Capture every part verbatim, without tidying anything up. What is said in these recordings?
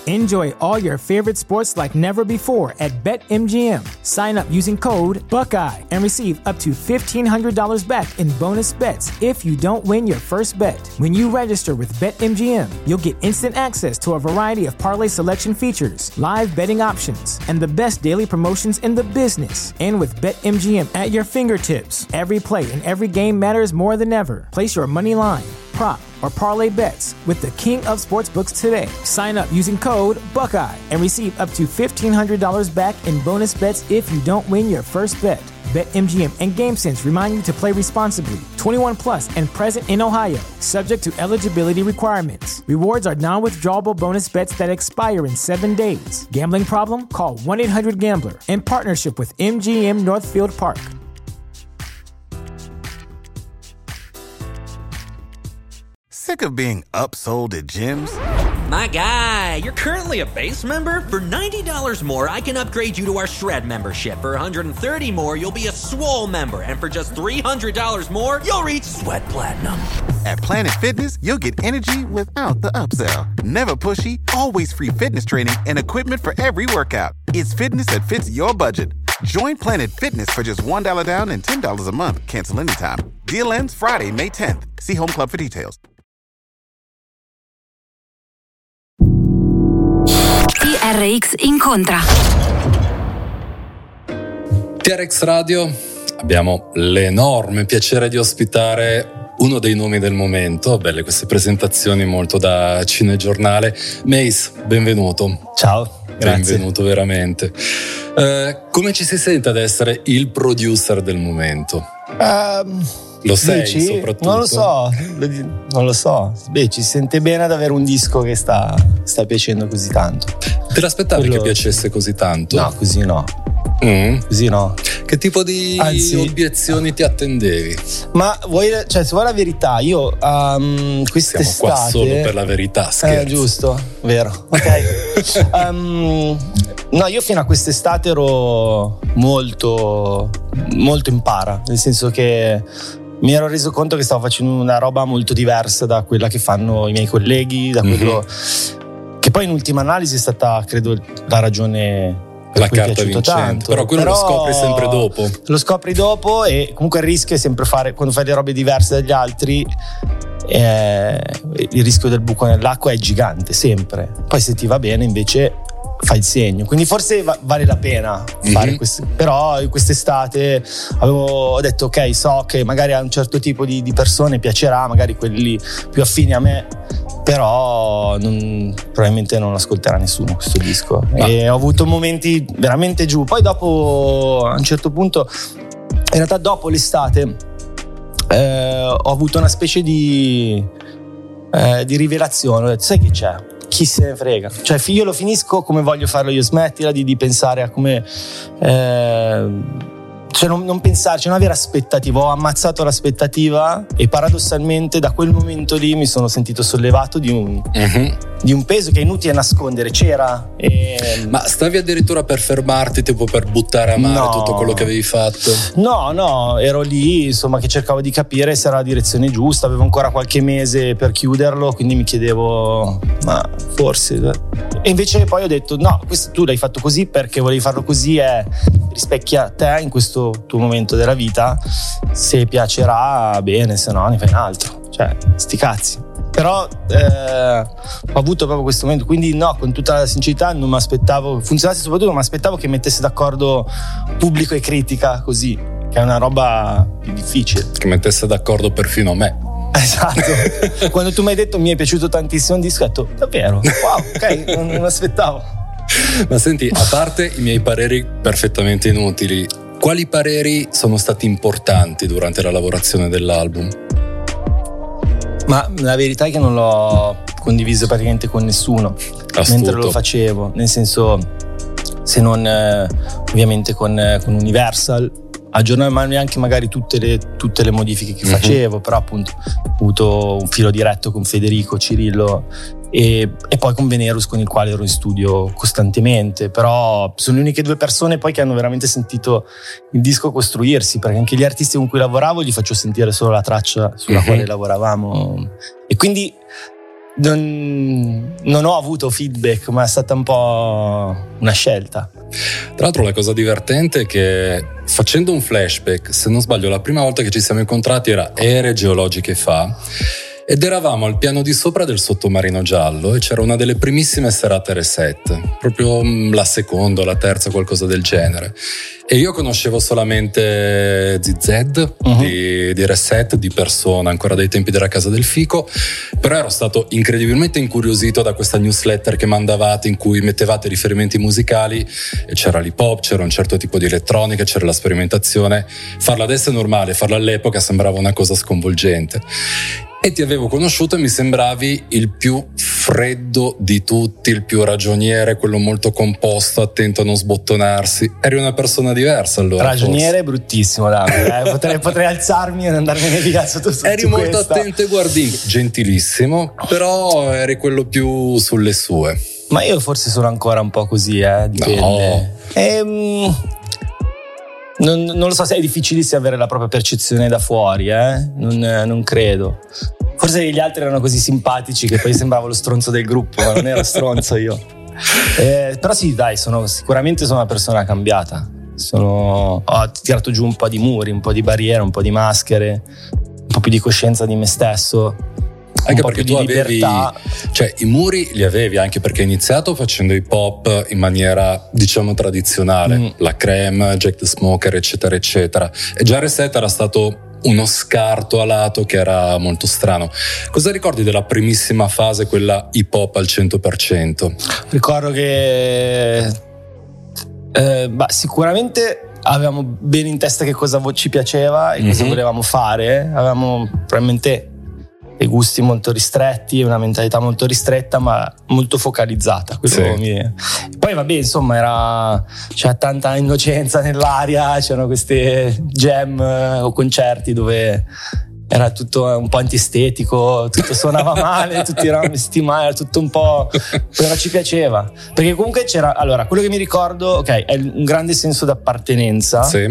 Enjoy all your favorite sports like never before at BetMGM. Sign up using code Buckeye and receive up to fifteen hundred dollars back in bonus bets if you don't win your first bet. When you register with BetMGM, you'll get instant access to a variety of parlay selection features, live betting options, and the best daily promotions in the business. And with BetMGM at your fingertips, every play and every game matters more than ever. Place your money line, prop, or parlay bets with the king of sportsbooks today. Sign up using code Buckeye and receive up to fifteen hundred dollars back in bonus bets if you don't win your first bet. BetMGM and GameSense remind you to play responsibly. twenty-one plus and present in Ohio, subject to eligibility requirements. Rewards are non-withdrawable bonus bets that expire in seven days. Gambling problem? Call one eight hundred gambler in partnership with M G M Northfield Park. Sick of being upsold at gyms? My guy, you're currently a base member? For ninety dollars more, I can upgrade you to our Shred membership. For one hundred thirty dollars more, you'll be a Swole member. And for just three hundred dollars more, you'll reach Sweat Platinum. At Planet Fitness, you'll get energy without the upsell. Never pushy, always free fitness training and equipment for every workout. It's fitness that fits your budget. Join Planet Fitness for just one dollar down and ten dollars a month. Cancel anytime. Deal ends Friday, May tenth. See Home Club for details. T R X incontra. T R X Radio, abbiamo l'enorme piacere di ospitare uno dei nomi del momento. Belle queste presentazioni molto da cinegiornale. Mace, benvenuto. Ciao, grazie. Benvenuto veramente. Eh, come ci si sente ad essere il producer del momento? Um, lo sei dici? soprattutto? Non lo so, non lo so. Beh, ci si sente bene ad avere un disco che sta, sta piacendo così tanto. Te l'aspettavi Quello... che piacesse così tanto? No, così no. Mm. Così no. Che tipo di Anzi, obiezioni ti attendevi? Ma vuoi, cioè, se vuoi la verità, io um, quest'estate. Siamo qua solo per la verità, scherzo. Eh, giusto, vero. Ok. um, no, io fino a quest'estate ero molto, molto in para, nel senso che mi ero reso conto che stavo facendo una roba molto diversa da quella che fanno i miei colleghi, da quello mm-hmm. che poi in ultima analisi è stata, credo, la ragione. La carta vincente, tanto. Però quello Però lo scopri sempre dopo. Lo scopri dopo e comunque il rischio è sempre fare, quando fai le robe diverse dagli altri, eh, il rischio del buco nell'acqua è gigante, sempre. Poi se ti va bene invece fai il segno, quindi forse va, vale la pena fare mm-hmm. questo. Però quest'estate avevo detto ok, so che magari a un certo tipo di, di persone piacerà, magari quelli più affini a me, però non, probabilmente non ascolterà nessuno questo disco. No. E ho avuto momenti veramente giù. Poi dopo, a un certo punto, in realtà dopo l'estate, eh, ho avuto una specie di, eh, di rivelazione. Ho detto, sai che c'è? Chi se ne frega? Cioè io lo finisco come voglio farlo io, smettila di, di pensare a come... Eh, Cioè non, non pensarci, non avere aspettativa. Ho ammazzato l'aspettativa e paradossalmente da quel momento lì mi sono sentito sollevato di un, uh-huh. di un peso che è inutile nascondere, c'era. E... Ma stavi addirittura per fermarti, tipo per buttare a mare no. tutto quello che avevi fatto? No, no, ero lì, insomma, che cercavo di capire se era la direzione giusta. Avevo ancora qualche mese per chiuderlo, quindi mi chiedevo, ma forse... E invece poi ho detto, no, questo tu l'hai fatto così perché volevi farlo così, e rispecchia te in questo tuo momento della vita. Se piacerà bene, se no ne fai un altro, cioè sti cazzi. Però eh, ho avuto proprio questo momento, quindi no, con tutta la sincerità non mi aspettavo funzionasse, soprattutto non mi aspettavo che mettesse d'accordo pubblico e critica così, che è una roba difficile, che mettesse d'accordo perfino me. Esatto. Quando tu mi hai detto mi è piaciuto tantissimo il disco, ho detto davvero? Wow, ok, non, non aspettavo. Ma senti, a parte i miei pareri perfettamente inutili, quali pareri sono stati importanti durante la lavorazione dell'album? Ma la verità è che non l'ho condiviso praticamente con nessuno. Astuto. Mentre lo facevo, nel senso, se non eh, ovviamente con, eh, con Universal, aggiornare, ma neanche magari tutte le, tutte le modifiche che facevo, uh-huh. però appunto ho avuto un filo diretto con Federico, Cirillo e, e poi con Venerus, con il quale ero in studio costantemente. Però sono le uniche due persone poi che hanno veramente sentito il disco costruirsi, perché anche gli artisti con cui lavoravo gli faccio sentire solo la traccia sulla uh-huh. quale lavoravamo, e quindi non, non ho avuto feedback, ma è stata un po' una scelta. Tra l'altro la cosa divertente è che, facendo un flashback, se non sbaglio la prima volta che ci siamo incontrati era ere geologiche fa, ed eravamo al piano di sopra del Sottomarino Giallo e c'era una delle primissime serate Reset, proprio la seconda o la terza, qualcosa del genere, e io conoscevo solamente Z Z uh-huh. di, di Reset di persona, ancora dai tempi della Casa del Fico, però ero stato incredibilmente incuriosito da questa newsletter che mandavate in cui mettevate riferimenti musicali e c'era l'hip hop, c'era un certo tipo di elettronica, c'era la sperimentazione. Farla adesso è normale, farla all'epoca sembrava una cosa sconvolgente. E ti avevo conosciuto e mi sembravi il più freddo di tutti, il più ragioniere, quello molto composto, attento a non sbottonarsi. Eri una persona diversa allora. Ragioniere forse. È bruttissimo, Davide. Eh? Potrei, potrei alzarmi e andarmene via sotto su Eri su molto questa. attento e guardingo, gentilissimo, però eri quello più sulle sue. Ma io forse sono ancora un po' così, eh? Dipende. No. Ehm... Non, non lo so se è difficilissimo avere la propria percezione da fuori, eh? non, non credo. Forse gli altri erano così simpatici che poi sembravo lo stronzo del gruppo, ma non ero stronzo io. Eh, però sì, dai, sono, sicuramente sono una persona cambiata. Sono, ho tirato giù un po' di muri, un po' di barriere, un po' di maschere, un po' più di coscienza di me stesso. Anche perché tu avevi, cioè i muri li avevi anche perché hai iniziato facendo hip hop in maniera diciamo tradizionale, mm. la Creme, Jack the Smoker eccetera eccetera, e già Reset era stato uno scarto a lato che era molto strano. Cosa ricordi della primissima fase, quella hip hop al cento per cento? Ricordo che eh, bah, sicuramente avevamo bene in testa che cosa ci piaceva e mm-hmm. cosa volevamo fare. Avevamo probabilmente dei gusti molto ristretti, una mentalità molto ristretta ma molto focalizzata. Sì. Mi... Poi vabbè, insomma, era c'era tanta innocenza nell'aria, c'erano queste jam o concerti dove era tutto un po' antistetico, tutto suonava male, tutti eravamo vestiti male, era tutto un po', però ci piaceva perché comunque c'era, allora quello che mi ricordo, ok, è un grande senso d'appartenenza. Sì.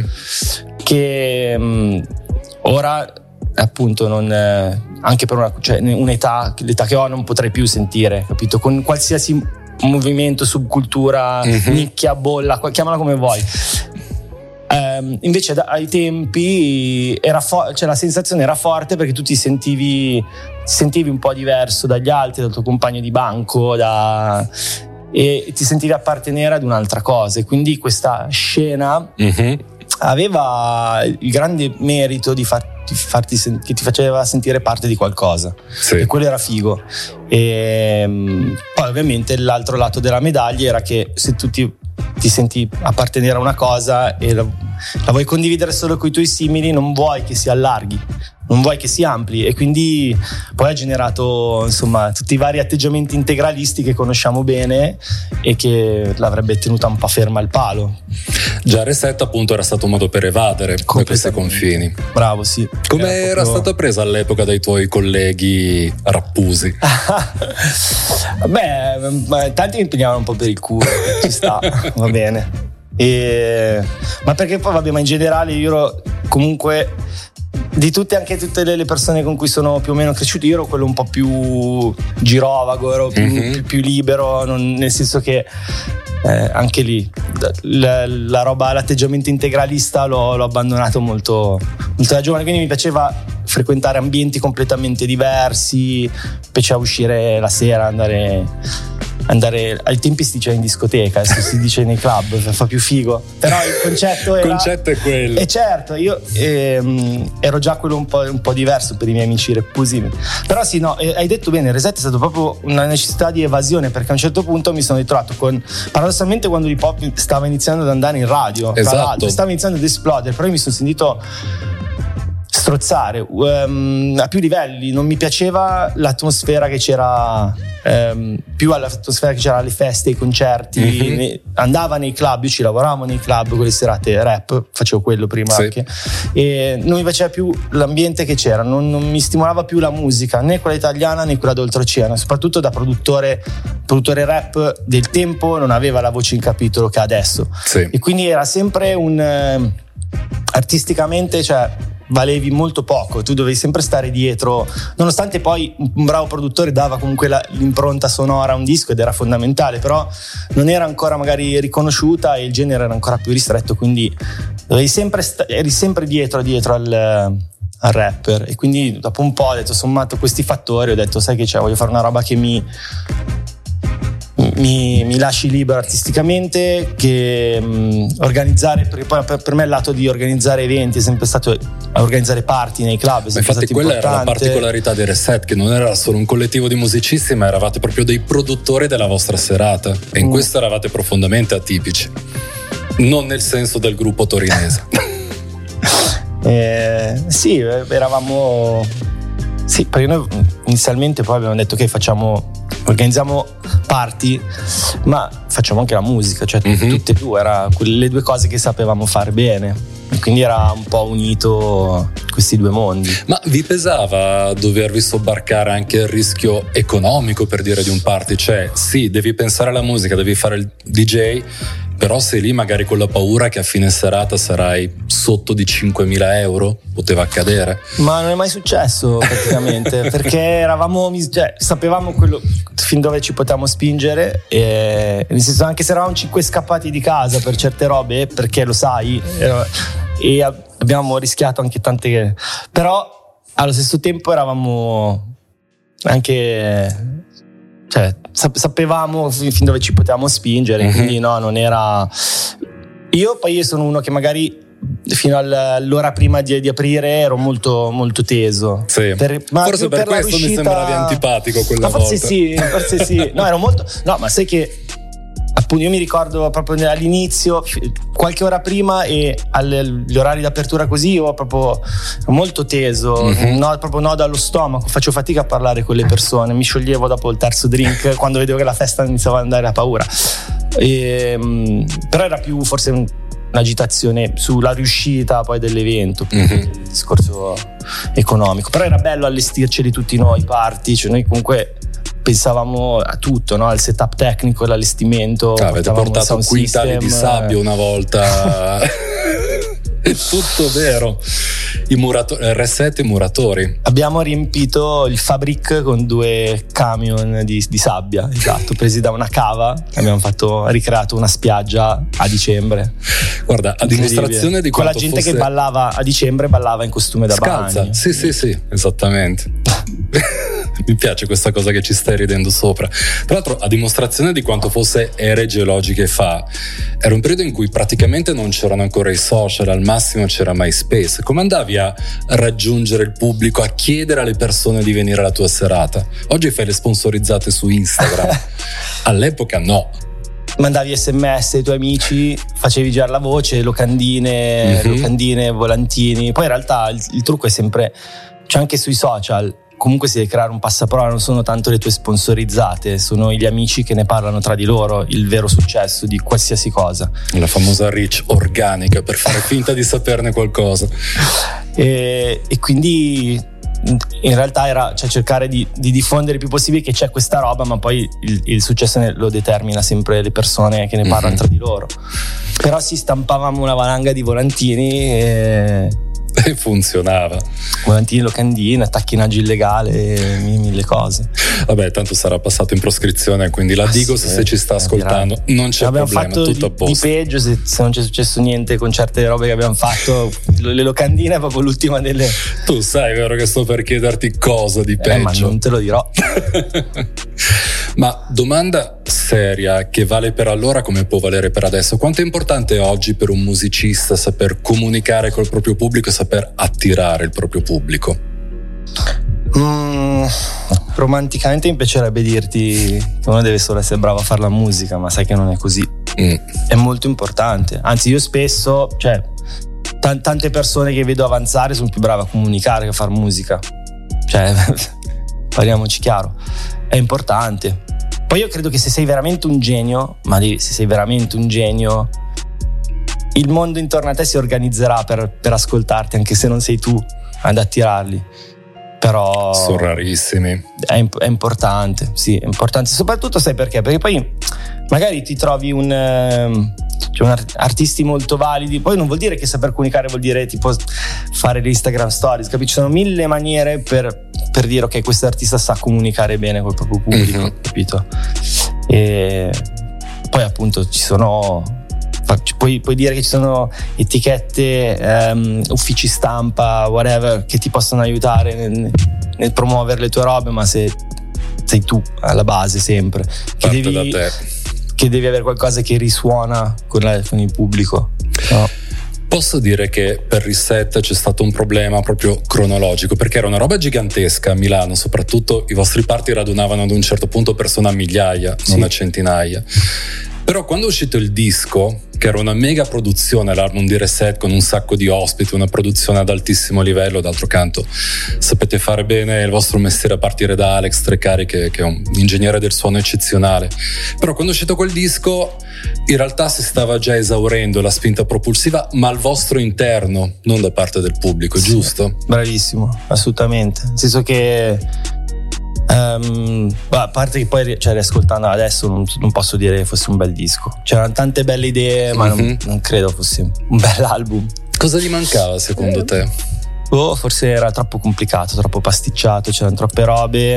Che mh, ora appunto non eh, anche per una, cioè, un'età, l'età che ho non potrei più sentire, capito? Con qualsiasi movimento, subcultura, mm-hmm. nicchia, bolla, chiamala come vuoi. Um, invece da, ai tempi era fo- cioè la sensazione era forte perché tu ti sentivi, ti sentivi un po' diverso dagli altri, dal tuo compagno di banco, da, e ti sentivi appartenere ad un'altra cosa, e quindi questa scena mm-hmm. aveva il grande merito di farti Ti farti sen- che ti faceva sentire parte di qualcosa. Sì. E quello era figo. E poi ovviamente l'altro lato della medaglia era che se tu ti, ti senti appartenere a una cosa e la, la vuoi condividere solo con i tuoi simili, non vuoi che si allarghi, non vuoi che si ampli, e quindi poi ha generato insomma tutti i vari atteggiamenti integralisti che conosciamo bene e che l'avrebbe tenuta un po' ferma al palo. Già Reset appunto era stato un modo per evadere da questi confini. Bravo, sì. Come era, era proprio... stata presa all'epoca dai tuoi colleghi rappusi? Beh, tanti mi pigliavano un po' per il culo, ci sta, va bene. E... ma perché poi vabbè, ma in generale io ero comunque di tutte, anche tutte le persone con cui sono più o meno cresciuto, io ero quello un po' più girovago, ero più, mm-hmm. più, più libero, non, nel senso che eh, anche lì la, la roba, l'atteggiamento integralista l'ho, l'ho abbandonato molto, molto da giovane, quindi mi piaceva frequentare ambienti completamente diversi, mi piaceva uscire la sera, andare andare ai tempi si diceva in discoteca, adesso si dice nei club, fa più figo, però il concetto era, il concetto è quello. E certo, io ehm, ero già quello un po', un po' diverso per i miei amici rappusi, però sì, no, hai detto bene, il Reset è stato proprio una necessità di evasione, perché a un certo punto mi sono ritrovato con, paradossalmente, quando l'hip hop stava iniziando ad andare in radio, esatto. tra l'altro stava iniziando ad esplodere, però io mi sono sentito strozzare um, a più livelli. Non mi piaceva l'atmosfera che c'era, um, più l'atmosfera che c'era alle feste, ai concerti, mm-hmm. ne, andava nei club, io ci lavoravo nei club, quelle serate rap, facevo quello prima, sì. Anche, e non mi piaceva più l'ambiente che c'era, non, non mi stimolava più la musica, né quella italiana né quella d'oltreoceano, soprattutto da produttore produttore rap del tempo, non aveva la voce in capitolo che ha adesso, sì. E quindi era sempre un eh, artisticamente, cioè valevi molto poco, tu dovevi sempre stare dietro, nonostante poi un bravo produttore dava comunque la, l'impronta sonora a un disco ed era fondamentale, però non era ancora magari riconosciuta e il genere era ancora più ristretto, quindi dovevi sempre sta- eri sempre dietro dietro al, al rapper, e quindi dopo un po' ho detto, sommato questi fattori, ho detto sai che c'è, voglio fare una roba che mi Mi, mi lasci libero artisticamente, che mh, organizzare, perché poi per, per me il lato di organizzare eventi è sempre stato organizzare party nei club. Ma infatti quella importante. era la particolarità dei Reset, che non era solo un collettivo di musicisti, ma eravate proprio dei produttori della vostra serata, e in mm. questo eravate profondamente atipici, non nel senso del gruppo torinese. eh, sì, eravamo sì, perché noi inizialmente poi abbiamo detto che facciamo organizziamo party, ma facciamo anche la musica, cioè mm-hmm. tutte e due, era le due cose che sapevamo fare bene, quindi era un po' unito questi due mondi. Ma vi pesava dovervi sobbarcare anche il rischio economico, per dire, di un party? Cioè sì, devi pensare alla musica, devi fare il D J, però sei lì magari con la paura che a fine serata sarai sotto di cinquemila euro. Poteva accadere? Ma non è mai successo praticamente, perché eravamo, cioè, sapevamo quello, fin dove ci potevamo spingere, e, nel senso, anche se eravamo cinque scappati di casa per certe robe, perché lo sai, e abbiamo rischiato anche tante, però allo stesso tempo eravamo anche, cioè sapevamo fin dove ci potevamo spingere, mm-hmm. quindi no, non era, io poi io sono uno che magari fino all'ora prima di, di aprire ero molto molto teso, sì. per, ma forse per, per questo riuscita... mi sembravi antipatico quella ma forse volta. sì, forse sì, no, ero molto, no, ma sai che appunto io mi ricordo proprio all'inizio, qualche ora prima, e agli orari d'apertura così io proprio molto teso, mm-hmm. no, proprio nodo allo stomaco, faccio fatica a parlare con le persone, mi scioglievo dopo il terzo drink quando vedevo che la festa iniziava ad andare a paura, e, però era più forse un un'agitazione sulla riuscita poi dell'evento, più mm-hmm. il discorso economico, però era bello allestirceli tutti noi party, cioè noi comunque pensavamo a tutto, no? Al setup tecnico, l'allestimento, ah, avete portato un quintale di sabbia una volta. È tutto vero. I muratori, Reset e muratori. Abbiamo riempito il Fabric con due camion di, di sabbia, esatto, presi da una cava. Abbiamo fatto, ricreato una spiaggia a dicembre. Guarda, a dimostrazione di quanto con la gente fosse... che ballava a dicembre, ballava in costume da Scalza. bagno. Sì, sì, sì, esattamente. Mi piace questa cosa che ci stai ridendo sopra. Tra l'altro, a dimostrazione di quanto fosse ere geologiche fa, era un periodo in cui praticamente non c'erano ancora i social, al massimo c'era MySpace. Come andavi a raggiungere il pubblico, a chiedere alle persone di venire alla tua serata? Oggi fai le sponsorizzate su Instagram. All'epoca no. Mandavi sms ai tuoi amici, facevi girare la voce, locandine, mm-hmm. locandine, volantini. Poi in realtà il, il trucco è sempre, c'è anche sui social, comunque si deve creare un passaparola, non sono tanto le tue sponsorizzate, sono gli amici che ne parlano tra di loro, il vero successo di qualsiasi cosa. La famosa reach organica, per fare finta di saperne qualcosa. E, e quindi in realtà era, cioè, cercare di, di diffondere il più possibile che c'è questa roba, ma poi il, il successo lo determina sempre le persone che ne parlano mm-hmm. tra di loro. Però si stampavamo una valanga di volantini e... e funzionava. Volantini, locandine, tacchinaggi illegale, mille cose. Vabbè, tanto sarà passato in proscrizione, quindi la ah, Digos sì, se ci sta ascoltando direi. Non c'è abbiamo problema, fatto tutto di, a posto. Di peggio, se, se non c'è successo niente con certe robe che abbiamo fatto, le locandine è proprio l'ultima delle... Tu sai, vero, che sto per chiederti cosa di peggio. Eh, ma non te lo dirò. Ma domanda seria, che vale per allora come può valere per adesso: quanto è importante oggi per un musicista saper comunicare col proprio pubblico e saper attirare il proprio pubblico? Mm, romanticamente mi piacerebbe dirti che uno deve solo essere bravo a fare la musica, ma sai che non è così. Mm. È molto importante, anzi io spesso, cioè t- tante persone che vedo avanzare sono più brave a comunicare che a fare musica, cioè parliamoci chiaro, è importante. Poi io credo che se sei veramente un genio, ma se sei veramente un genio, il mondo intorno a te si organizzerà per, per ascoltarti, anche se non sei tu ad attirarli. Però sono rarissimi. È, è importante, sì, è importante. Soprattutto sai perché? Perché poi magari ti trovi un, cioè art- artisti molto validi. Poi non vuol dire che saper comunicare vuol dire tipo fare le Instagram stories, capisci? Ci sono mille maniere per, per dire ok, questo artista sa comunicare bene col proprio pubblico, mm-hmm. capito? E poi appunto ci sono, puoi, puoi dire che ci sono etichette, um, uffici stampa, whatever, che ti possono aiutare nel, nel promuovere le tue robe, ma se sei tu alla base sempre che parte devi, da te, che devi avere qualcosa che risuona con, la, con il pubblico, no? Posso dire che per Reset c'è stato un problema proprio cronologico, perché era una roba gigantesca a Milano, soprattutto i vostri party radunavano ad un certo punto persone a migliaia, sì. non a centinaia. Però quando è uscito il disco, che era una mega produzione, l'album di Reset con un sacco di ospiti, una produzione ad altissimo livello, d'altro canto sapete fare bene il vostro mestiere a partire da Alex Trecari che, che è un ingegnere del suono eccezionale. Però quando è uscito quel disco in realtà si stava già esaurendo la spinta propulsiva, ma al vostro interno, non da parte del pubblico, sì, giusto? Bravissimo, assolutamente. Nel senso che Um, a parte che poi, cioè, riascoltando adesso non, non posso dire che fosse un bel disco. C'erano tante belle idee, ma mm-hmm. non, non credo fosse un bel album. Cosa gli mancava secondo eh, te? Oh, forse era troppo complicato, troppo pasticciato, c'erano troppe robe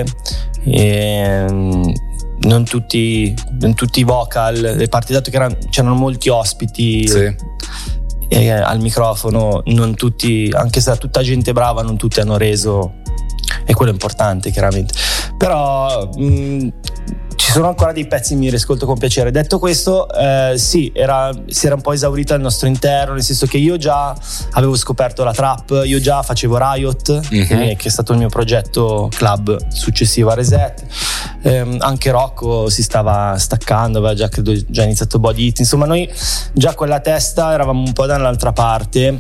e non tutti, non tutti i vocal, le parti, dato che erano, c'erano molti ospiti, sì. e al microfono non tutti, anche se era tutta gente brava, non tutti hanno reso. E quello è importante, chiaramente. Però mh, ci sono ancora dei pezzi che mi riscolto con piacere. Detto questo, eh, sì, era, si era un po' esaurita al nostro interno, nel senso che io già avevo scoperto la trap, io già facevo Riot, mm-hmm. che è stato il mio progetto club successivo a Reset. Eh, anche Rocco si stava staccando, aveva già, credo, già iniziato Body Hit. Insomma, noi già con la testa eravamo un po' dall'altra parte.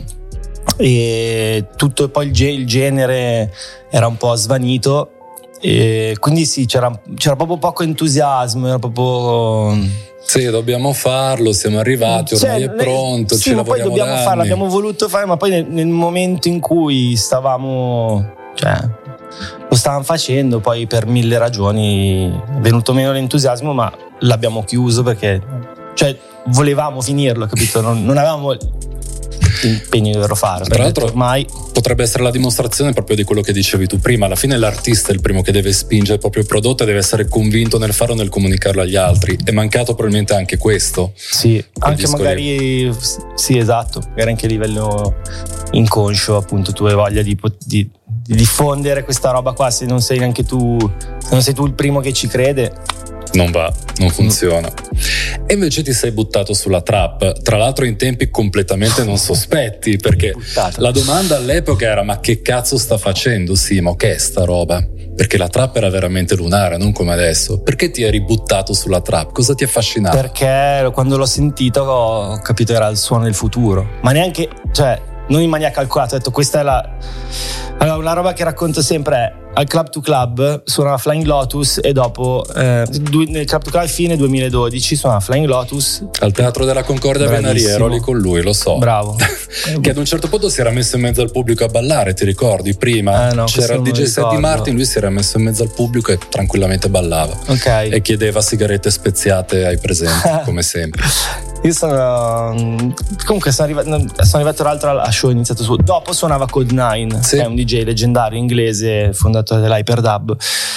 E tutto poi il, il genere era un po' svanito e quindi sì, c'era, c'era proprio poco entusiasmo, era proprio sì, dobbiamo farlo, siamo arrivati, ormai cioè, è pronto, sì, ci ma poi dobbiamo da farlo, abbiamo voluto fare, ma poi nel, nel momento in cui stavamo, cioè lo stavamo facendo, poi per mille ragioni è venuto meno l'entusiasmo, ma l'abbiamo chiuso perché, cioè, volevamo finirlo, capito? Non, non avevamo impegno di doverlo fare. Tra l'altro ormai potrebbe essere la dimostrazione proprio di quello che dicevi tu prima. Alla fine l'artista è il primo che deve spingere il proprio prodotto e deve essere convinto nel farlo, nel comunicarlo agli altri. È mancato probabilmente anche questo. Sì, anche magari sì, esatto, magari anche a livello inconscio, appunto, tu hai voglia di, di, di diffondere questa roba qua. Se non sei neanche tu, se non sei tu il primo che ci crede, non va, non funziona. E invece ti sei buttato sulla trap, tra l'altro in tempi completamente non sospetti, perché Buttato. La domanda all'epoca era: ma che cazzo sta facendo Simo? Che è sta roba? Perché la trap era veramente lunare, non come adesso. Perché ti eri buttato sulla trap? Cosa ti affascinava? Perché quando l'ho sentito ho capito che era il suono del futuro, ma neanche, cioè, non in maniera calcolata. Ho detto, questa è la... Allora, una roba che racconto sempre è: al Club to Club suonava Flying Lotus e dopo eh, nel Club to Club fine duemiladodici suonava Flying Lotus al Teatro della Concordia a Venaria. Ero lì con lui, lo so. Bravo. Che ad un certo punto si era messo in mezzo al pubblico a ballare, ti ricordi? Prima eh no, c'era il D J set di Martin, lui si era messo in mezzo al pubblico e tranquillamente ballava, okay. E chiedeva sigarette speziate ai presenti come sempre. Io sono comunque sono arrivato, sono arrivato tra l'altro a show iniziato su. Dopo suonava Code nine, sì. Che è un D J leggendario inglese, fondatore dell'Hyperdub.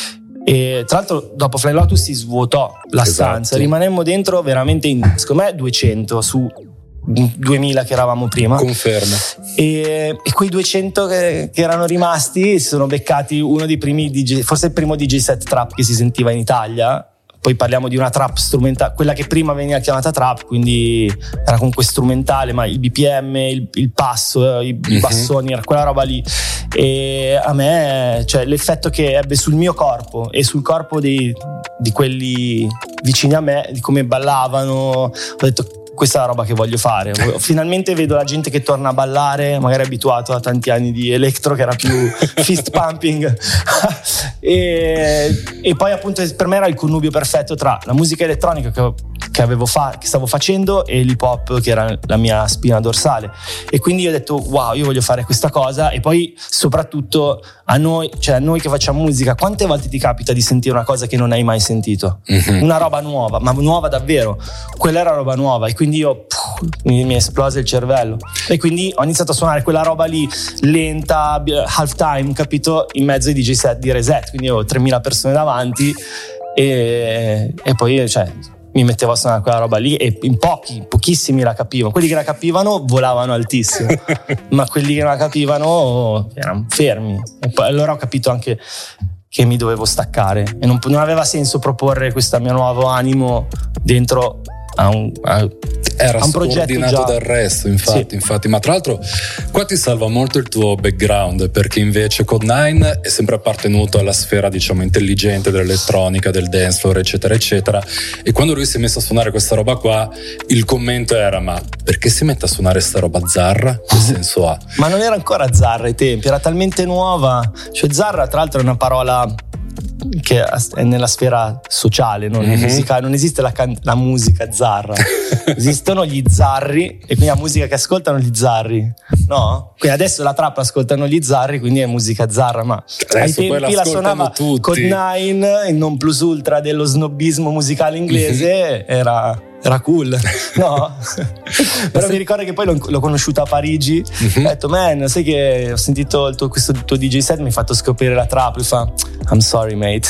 E tra l'altro dopo Flying Lotus si svuotò la esatto. stanza, rimanemmo dentro veramente in, secondo me, duecento su duemila che eravamo prima. Confermo. E, e quei duecento che, che erano rimasti si sono beccati uno dei primi D J, forse il primo D J set trap che si sentiva in Italia. Poi parliamo di una trap strumentale, quella che prima veniva chiamata trap, quindi era comunque strumentale, ma il B P M, il, il passo, i, mm-hmm. i bassoni, era quella roba lì. E a me, cioè, l'effetto che ebbe sul mio corpo e sul corpo di, di quelli vicini a me, di come ballavano, ho detto: questa è la roba che voglio fare. Finalmente vedo la gente che torna a ballare, magari abituato a tanti anni di electro che era più fist pumping. e, e poi appunto per me era il connubio perfetto tra la musica elettronica che, che che avevo fa- che stavo facendo e l'hip hop che era la mia spina dorsale, e quindi ho detto wow, io voglio fare questa cosa. E poi soprattutto a noi, cioè a noi che facciamo musica, quante volte ti capita di sentire una cosa che non hai mai sentito, mm-hmm. una roba nuova, ma nuova davvero, quella era roba nuova, e quindi io puh, mi, mi esplose il cervello, e quindi ho iniziato a suonare quella roba lì lenta, half time, capito, in mezzo ai D J set di Reset, quindi avevo tremila persone davanti e, e poi cioè mi mettevo a suonare quella roba lì, e in pochi, pochissimi la capivano. Quelli che la capivano volavano altissimo, ma quelli che non la capivano erano fermi. E poi allora ho capito anche che mi dovevo staccare, e non, non aveva senso proporre questo mio nuovo animo dentro a un, a, era a un progetto subordinato già. dal resto, infatti, sì. infatti. Ma tra l'altro qua ti salva molto il tuo background, perché invece Code nine è sempre appartenuto alla sfera, diciamo, intelligente dell'elettronica, del dance floor, eccetera eccetera, e quando lui si è messo a suonare questa roba qua, il commento era: ma perché si mette a suonare sta roba zarra? Che senso ha? Ma non era ancora zarra ai tempi, era talmente nuova. Cioè zarra tra l'altro è una parola che è nella sfera sociale, non mm-hmm. musicale. Non esiste la, can- la musica zarra, esistono gli zarri, e quindi la musica che ascoltano gli zarri, no? Quindi adesso la trap ascoltano gli zarri, quindi è musica zarra, ma adesso ai tempi la suonava Code nine, il non plus ultra dello snobismo musicale inglese, mm-hmm. era era cool, no? Però mi ricordo che poi l'ho, l'ho conosciuto a Parigi, mm-hmm. ho detto man, sai che ho sentito il tuo, questo tuo D J set, mi hai fatto scoprire la trap. Lui fa I'm sorry mate.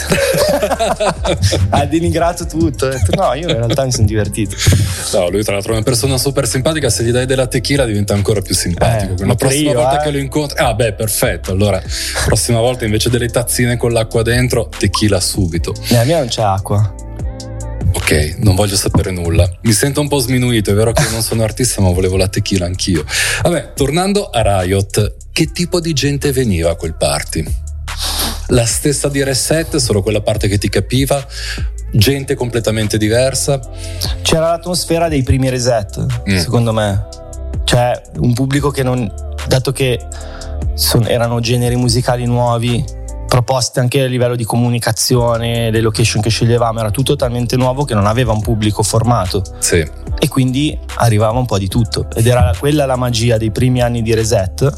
Ha denigrato tutto. Ho detto no, io in realtà mi sono divertito. No, lui tra l'altro è una persona super simpatica, se gli dai della tequila diventa ancora più simpatico. eh, la prossima io, volta eh. che lo incontri, ah beh, perfetto, allora prossima volta invece delle tazzine con l'acqua dentro, tequila subito. Nella mia non c'è acqua. Ok, non voglio sapere nulla. Mi sento un po' sminuito, è vero che io non sono artista, ma volevo la tequila anch'io. Vabbè, tornando a Riot, che tipo di gente veniva a quel party? La stessa di Reset, solo quella parte che ti capiva? Gente completamente diversa? C'era l'atmosfera dei primi Reset, mm. secondo me. Cioè, un pubblico che non... dato che son, erano generi musicali nuovi, proposte anche a livello di comunicazione, le location che sceglievamo, era tutto talmente nuovo che non aveva un pubblico formato. Sì. E quindi arrivava un po' di tutto, ed era quella la magia dei primi anni di Reset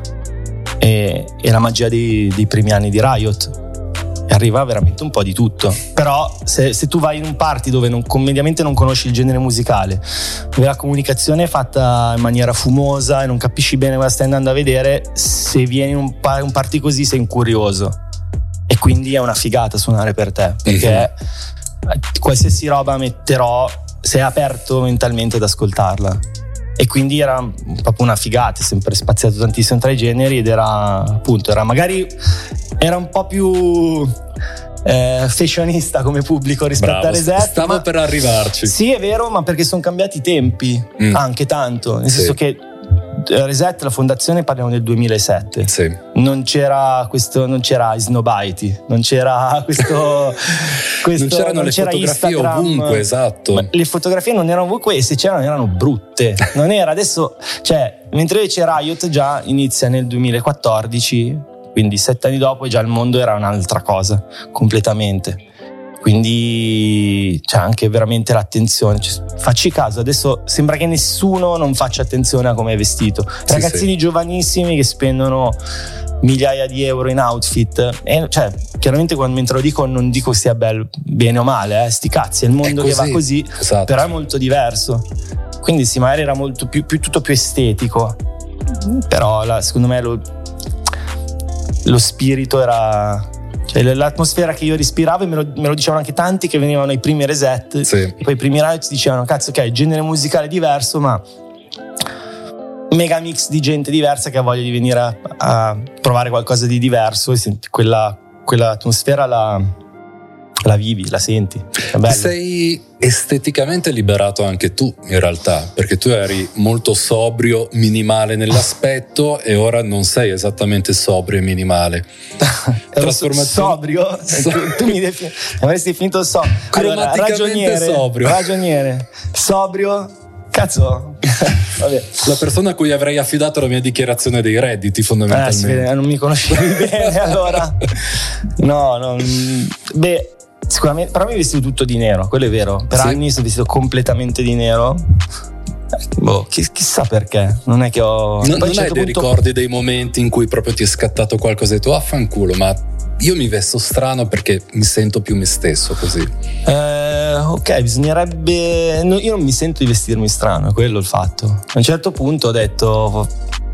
e, e la magia dei, dei primi anni di Riot, e arriva veramente un po' di tutto. Però se, se tu vai in un party dove non, mediamente non conosci il genere musicale, dove la comunicazione è fatta in maniera fumosa e non capisci bene cosa stai andando a vedere, se vieni in un, un party così sei incurioso, e quindi è una figata suonare per te, perché mm-hmm. qualsiasi roba metterò, sei aperto mentalmente ad ascoltarla, e quindi era proprio una figata, sempre spaziato tantissimo tra i generi, ed era appunto era magari era un po' più eh, fashionista come pubblico rispetto Bravo, a Reset. stavo ma, per arrivarci. Sì, è vero, ma perché sono cambiati i tempi, mm. anche tanto, nel sì. senso che Reset, la fondazione, parliamo del duemilasette. Sì. Non c'era questo, non c'era Snobity, non c'era questo, questo non c'erano non le c'era fotografie Instagram, ovunque, esatto. Ma le fotografie non erano ovunque, e se c'erano erano brutte. Non era adesso, cioè, mentre invece Riot già inizia nel duemilaquattordici, quindi sette anni dopo, già il mondo era un'altra cosa completamente. Quindi c'è anche veramente l'attenzione, cioè, facci caso, adesso sembra che nessuno non faccia attenzione a come è vestito, sì, ragazzini sì. giovanissimi che spendono migliaia di euro in outfit, e cioè chiaramente quando mentre lo dico non dico sia bello, bene o male, eh, sti cazzi, è il mondo è che va così, esatto. Però è molto diverso, quindi sì, magari era molto più, più tutto più estetico, però la, secondo me lo, lo spirito era... Cioè, l'atmosfera che io respiravo, e me lo, me lo dicevano anche tanti che venivano ai primi Reset, sì. e poi i primi Riot dicevano cazzo, ok, genere musicale diverso, ma mega mix di gente diversa che ha voglia di venire a, a provare qualcosa di diverso, e senti, quella, quella atmosfera la, la vivi, la senti, è bello. Sei esteticamente liberato anche tu, in realtà, perché tu eri molto sobrio, minimale nell'aspetto, e ora non sei esattamente sobrio e minimale. Trasformazione... sobrio? So... tu, tu mi defini... avresti definito so... allora, ragioniere, sobrio. ragioniere, sobrio, cazzo. Vabbè. La persona a cui avrei affidato la mia dichiarazione dei redditi, fondamentalmente. Eh, si vede, non mi conoscevi bene, allora. No, no. Beh, Sicuramente, però mi vestito tutto di nero, quello è vero. Per sì. anni sono vestito completamente di nero. Boh, chi, chissà perché. Non è che ho. Non, non certo hai dei punto... ricordi dei momenti in cui proprio ti è scattato qualcosa e tu affanculo, ma io mi vesto strano perché mi sento più me stesso così. Eh, ok, bisognerebbe. No, io non mi sento di vestirmi strano, è quello il fatto. A un certo punto ho detto.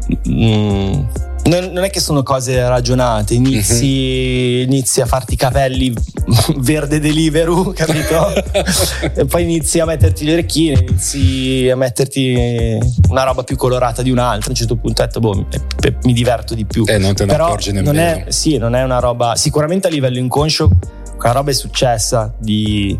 Mm, non, non è che sono cose ragionate. Inizi, mm-hmm. inizi a farti i capelli verde Deliveroo, capito? E poi inizi a metterti le orecchine, inizi a metterti una roba più colorata di un'altra. A un certo punto ho detto, boh, mi diverto di più. E eh, non te ne Però accorgi nemmeno. Non è, sì, non è una roba. Sicuramente a livello inconscio, quella roba è successa di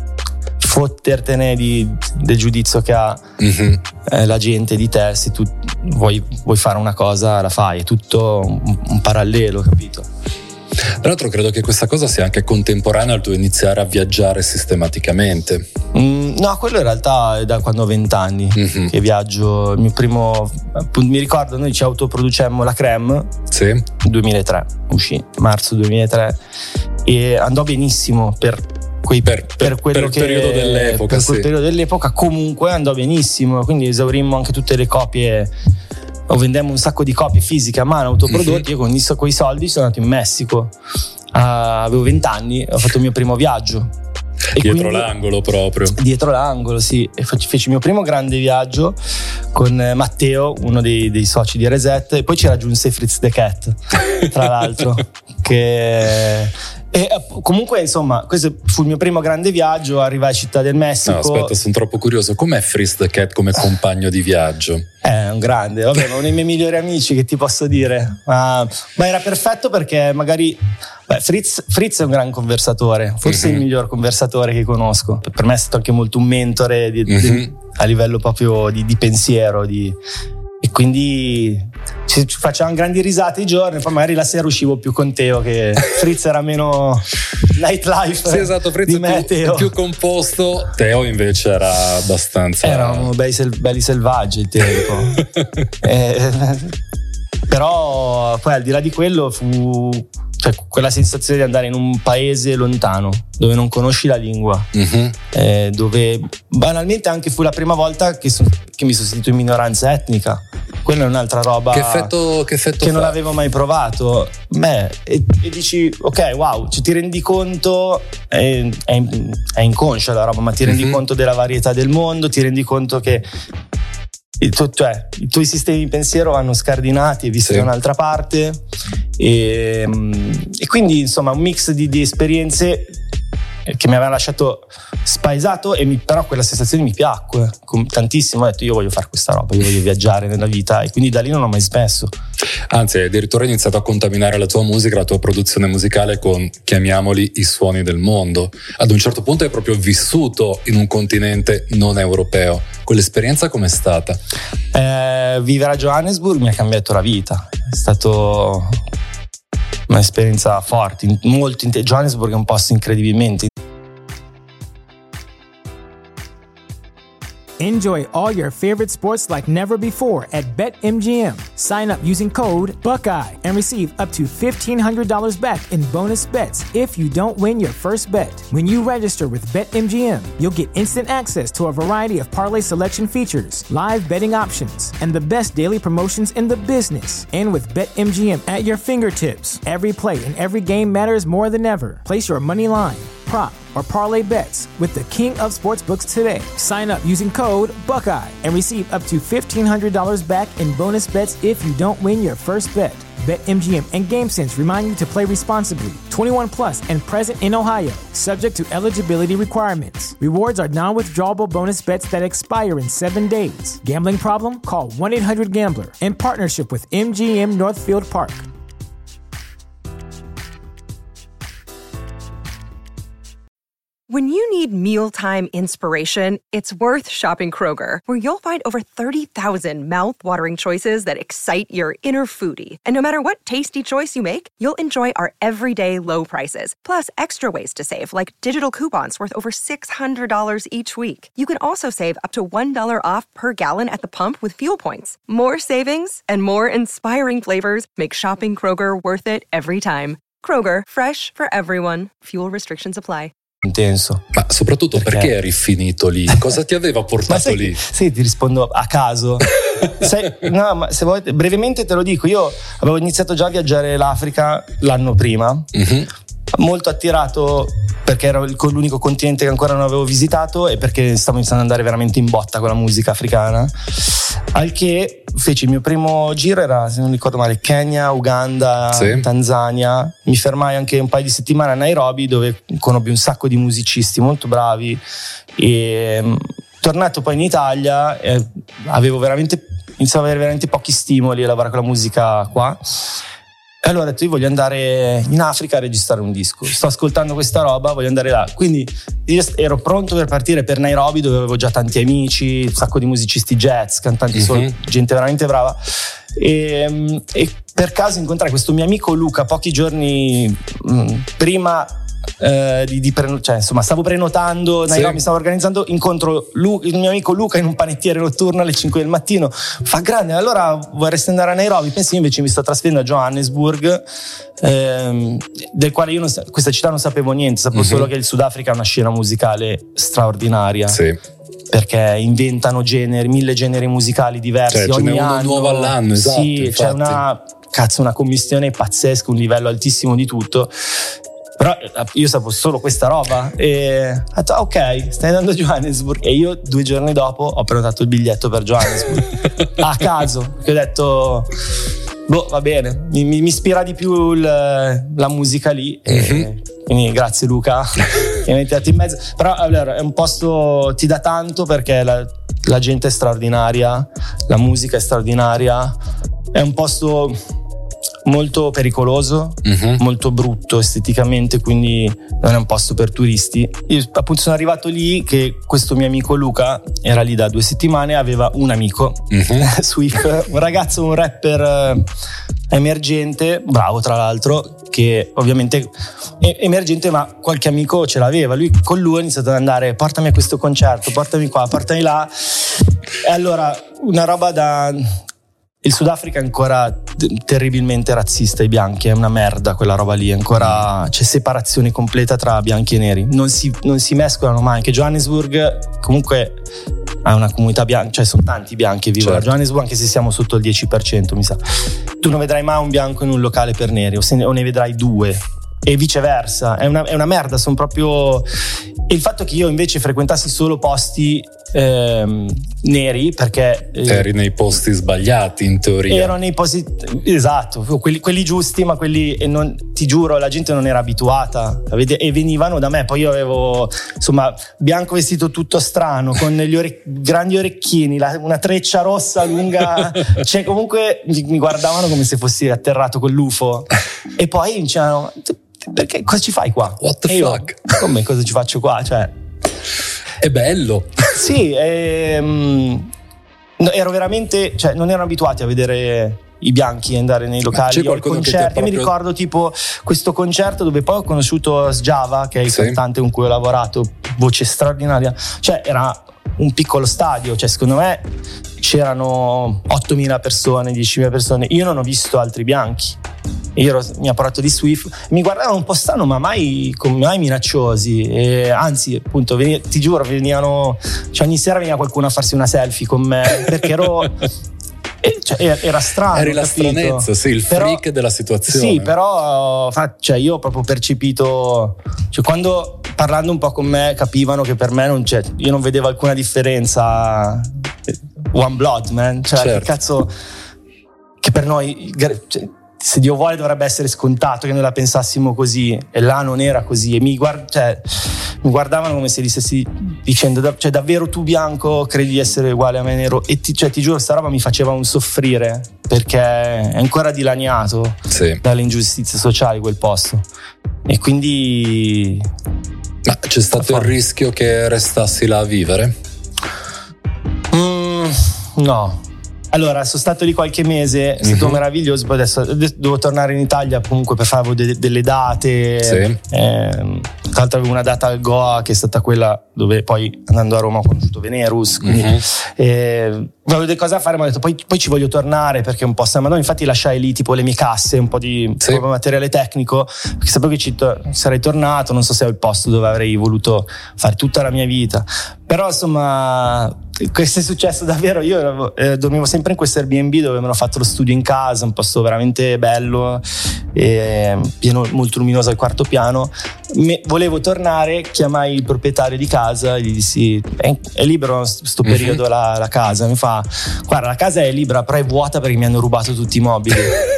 fottertene di, del giudizio che ha mm-hmm. eh, la gente di te. Se tu vuoi, vuoi fare una cosa, la fai, è tutto un, un parallelo, capito? Tra l'altro credo che questa cosa sia anche contemporanea al tuo iniziare a viaggiare sistematicamente. Mm, no, quello in realtà è da quando ho vent'anni mm-hmm. che viaggio. Il mio primo, mi ricordo, noi ci autoproducemmo la Crème. Sì. duemilatré, uscì marzo duemilatré e andò benissimo per quei, per, per, per quello per che il periodo dell'epoca, per quel sì. periodo dell'epoca comunque andò benissimo, quindi esaurimmo anche tutte le copie, o vendemmo un sacco di copie fisiche a mano, autoprodotti. Mm-hmm. Io con i, con i soldi sono andato in Messico, uh, avevo vent'anni, ho fatto il mio primo viaggio. E dietro quindi, l'angolo proprio. Dietro l'angolo, sì. E feci il mio primo grande viaggio con Matteo, uno dei, dei soci di Reset, e poi ci raggiunse Fritz the Cat, tra l'altro. che... E comunque, insomma, questo fu il mio primo grande viaggio. Arrivai a Città del Messico. No, aspetta, sono troppo curioso. Com'è Fritz the Cat come compagno di viaggio? È un grande, vabbè, uno dei miei migliori amici, che ti posso dire. Ma, ma era perfetto perché magari beh, Fritz, Fritz è un gran conversatore, forse mm-hmm. il miglior conversatore che conosco. Per me è stato anche molto un mentore di, mm-hmm. di, a livello proprio di, di pensiero, di, e quindi ci, ci facevamo grandi risate i giorni, poi magari la sera uscivo più con Teo, che Fritz era meno nightlife. Sì, esatto, Fritz di è me, più, Teo. più composto. Teo invece era abbastanza. Erano belli, sel- belli selvaggi il tempo. eh, però poi al di là di quello fu, cioè, quella sensazione di andare in un paese lontano dove non conosci la lingua, mm-hmm. eh, dove banalmente anche fu la prima volta che, so, che mi sono sentito in minoranza etnica. Quella è un'altra roba che effetto, che effetto che fa? Non avevo mai provato. Beh, e, e dici ok, wow, cioè, ti rendi conto, è, è, è inconscia la roba, ma ti rendi mm-hmm. conto della varietà del mondo, ti rendi conto che il tuo, cioè, i tuoi sistemi di pensiero vanno scardinati e visti sì. da un'altra parte, e, e quindi insomma un mix di, di esperienze che mi aveva lasciato spaesato, e mi, però quella sensazione mi piacque tantissimo. Ho detto io voglio fare questa roba, io voglio viaggiare nella vita, e quindi da lì non ho mai smesso. Anzi, addirittura hai iniziato a contaminare la tua musica, la tua produzione musicale con, chiamiamoli, i suoni del mondo. Ad un certo punto hai proprio vissuto in un continente non europeo. Quell'esperienza com'è stata? Eh, vivere a Johannesburg mi ha cambiato la vita, è stato un'esperienza forte, molto int- Johannesburg è un posto incredibilmente. Enjoy all your favorite sports like never before at BetMGM. Sign up using code Buckeye and receive up to fifteen hundred dollars back in bonus bets if you don't win your first bet. When you register with BetMGM, you'll get instant access to a variety of parlay selection features, live betting options, and the best daily promotions in the business. And with BetMGM at your fingertips, every play and every game matters more than ever. Place your money line, prop, or parlay bets with the king of sportsbooks today. Sign up using code Buckeye and receive up to fifteen hundred dollars back in bonus bets if you don't win your first bet. BetMGM and GameSense remind you to play responsibly. twenty-one plus and present in Ohio, subject to eligibility requirements. Rewards are non-withdrawable bonus bets that expire in seven days. Gambling problem? Call one eight hundred gambler. In partnership with M G M Northfield Park. When you need mealtime inspiration, it's worth shopping Kroger, where you'll find over thirty thousand mouth-watering choices that excite your inner foodie. And no matter what tasty choice you make, you'll enjoy our everyday low prices, plus extra ways to save, like digital coupons worth over six hundred dollars each week. You can also save up to one dollar off per gallon at the pump with fuel points. More savings and more inspiring flavors make shopping Kroger worth it every time. Kroger, fresh for everyone. Fuel restrictions apply. intenso. Ma soprattutto perché, perché eri finito lì? Cosa ti aveva portato sai, lì? Sì, ti rispondo a caso. Sai, no, ma se vuoi, brevemente te lo dico. Io avevo iniziato già a viaggiare l'Africa l'anno prima, mm-hmm. molto attirato perché era l'unico continente che ancora non avevo visitato e perché stavo iniziando ad andare veramente in botta con la musica africana. Al che feci il mio primo giro, era, se non ricordo male, Kenya, Uganda, sì. Tanzania. Mi fermai anche un paio di settimane a Nairobi, dove conobbi un sacco di musicisti molto bravi. E tornato poi in Italia, eh, avevo veramente iniziavo ad avere veramente pochi stimoli a lavorare con la musica qua. E allora ho detto, io voglio andare in Africa a registrare un disco, sto ascoltando questa roba, voglio andare là. Quindi io ero pronto per partire per Nairobi, dove avevo già tanti amici, un sacco di musicisti jazz, cantanti mm-hmm. solo, gente veramente brava. E, e per caso incontrai questo mio amico Luca pochi giorni mh, prima eh, di, di preno- cioè insomma stavo prenotando Nairobi, sì. mi stavo organizzando, incontro Lu- il mio amico Luca in un panettiere notturno alle cinque del mattino, fa grande, allora vorresti andare a Nairobi? Pensi, io invece mi sto trasferendo a Johannesburg, ehm, del quale io non, questa città non sapevo niente, sapevo mm-hmm. solo che il Sudafrica ha una scena musicale straordinaria, sì. perché inventano generi, mille generi musicali diversi, cioè, ogni ce n'è anno, uno nuovo all'anno, esatto, sì, infatti. C'è una cazzo una commistione pazzesca, un livello altissimo di tutto. Però io sapevo solo questa roba e ho detto, ok, stai andando a Johannesburg. E io due giorni dopo ho prenotato il biglietto per Johannesburg a caso, perché ho detto boh, va bene, mi, mi ispira di più il, la musica lì e mm-hmm. quindi grazie Luca che mi hai tirato in mezzo. Però allora, è un posto, ti dà tanto perché la, la gente è straordinaria, la musica è straordinaria, è un posto molto pericoloso, uh-huh. molto brutto esteticamente, quindi non è un posto per turisti. Io appunto sono arrivato lì che questo mio amico Luca era lì da due settimane, aveva un amico, uh-huh. Swift, un ragazzo, un rapper emergente, bravo tra l'altro, che ovviamente è emergente ma qualche amico ce l'aveva. Lui con lui ha iniziato ad andare, portami a questo concerto, portami qua, portami là. E allora una roba da... Il Sudafrica è ancora terribilmente razzista ai bianchi, è una merda quella roba lì, ancora c'è separazione completa tra bianchi e neri, non si, non si mescolano mai. Anche Johannesburg comunque ha una comunità bianca, cioè sono tanti bianchi che vivono certo. a Johannesburg, anche se siamo sotto il dieci per cento mi sa. Tu non vedrai mai un bianco in un locale per neri, o, se ne, o ne vedrai due, e viceversa, è una, è una merda, sono proprio... E il fatto che io invece frequentassi solo posti ehm, neri, perché eh, eri nei posti sbagliati in teoria, ero nei posti, esatto, quelli, quelli giusti, ma quelli, e non, ti giuro, la gente non era abituata a vedere, e venivano da me. Poi io avevo insomma bianco vestito tutto strano, con gli ore, grandi orecchini, la, una treccia rossa lunga, cioè comunque mi, mi guardavano come se fossi atterrato con l'U F O. E poi mi dicevano, perché cosa ci fai qua? What the e fuck? Io, come cosa ci faccio qua? Cioè, è bello. Sì, ehm, ero veramente, cioè non erano abituati a vedere i bianchi andare nei locali o concerti. Proprio... Mi ricordo tipo questo concerto dove poi ho conosciuto Sjava, che è il sì. cantante con cui ho lavorato, voce straordinaria. Cioè era un piccolo stadio, cioè secondo me c'erano ottomila persone, diecimila persone. Io non ho visto altri bianchi. Io ero, mi ha parlato di Swift, mi guardavano un po' strano, ma mai, mai minacciosi. E anzi, appunto, veni, ti giuro, venivano, cioè ogni sera veniva qualcuno a farsi una selfie con me, perché ero. E, cioè, era strano. Eri la capito? stranezza, sì, il però, freak della situazione. Sì, però cioè, io ho proprio percepito, cioè, quando parlando un po' con me capivano che per me non c'è, io non vedevo alcuna differenza. One blood, man. Cioè, certo. Che cazzo, che per noi, cioè, se Dio vuole dovrebbe essere scontato che noi la pensassimo così, e là non era così. E mi, guard- cioè, mi guardavano come se li stessi dicendo, cioè davvero tu bianco credi di essere uguale a me nero? E ti, cioè, ti giuro, sta roba mi faceva un soffrire, perché è ancora dilaniato sì. dalle ingiustizie sociali quel posto. E quindi ma c'è stato il rischio che restassi là a vivere? Mm, no. Allora, sono stato lì qualche mese, è stato mm-hmm. meraviglioso. Poi adesso devo tornare in Italia comunque per fare de- delle date. Sì. Eh, tra l'altro avevo una data al Goa che è stata quella dove poi andando a Roma ho conosciuto Venerus, quindi uh-huh. eh, avevo delle cose da fare, ma ho detto poi, poi ci voglio tornare perché un po' sta madonna, infatti lasciai lì tipo le mie casse, un po' di sì. materiale tecnico, perché sapevo che ci to- sarei tornato, non so se è il posto dove avrei voluto fare tutta la mia vita, però insomma questo è successo davvero. Io eh, dormivo sempre in questo Airbnb dove mi hanno fatto lo studio in casa, un posto veramente bello e pieno, molto luminoso al quarto piano. Me, volevo tornare, chiamai il proprietario di casa e gli dissi è, è libero sto periodo mm-hmm. la, la casa? Mi fa guarda, la casa è libera però è vuota perché mi hanno rubato tutti i mobili.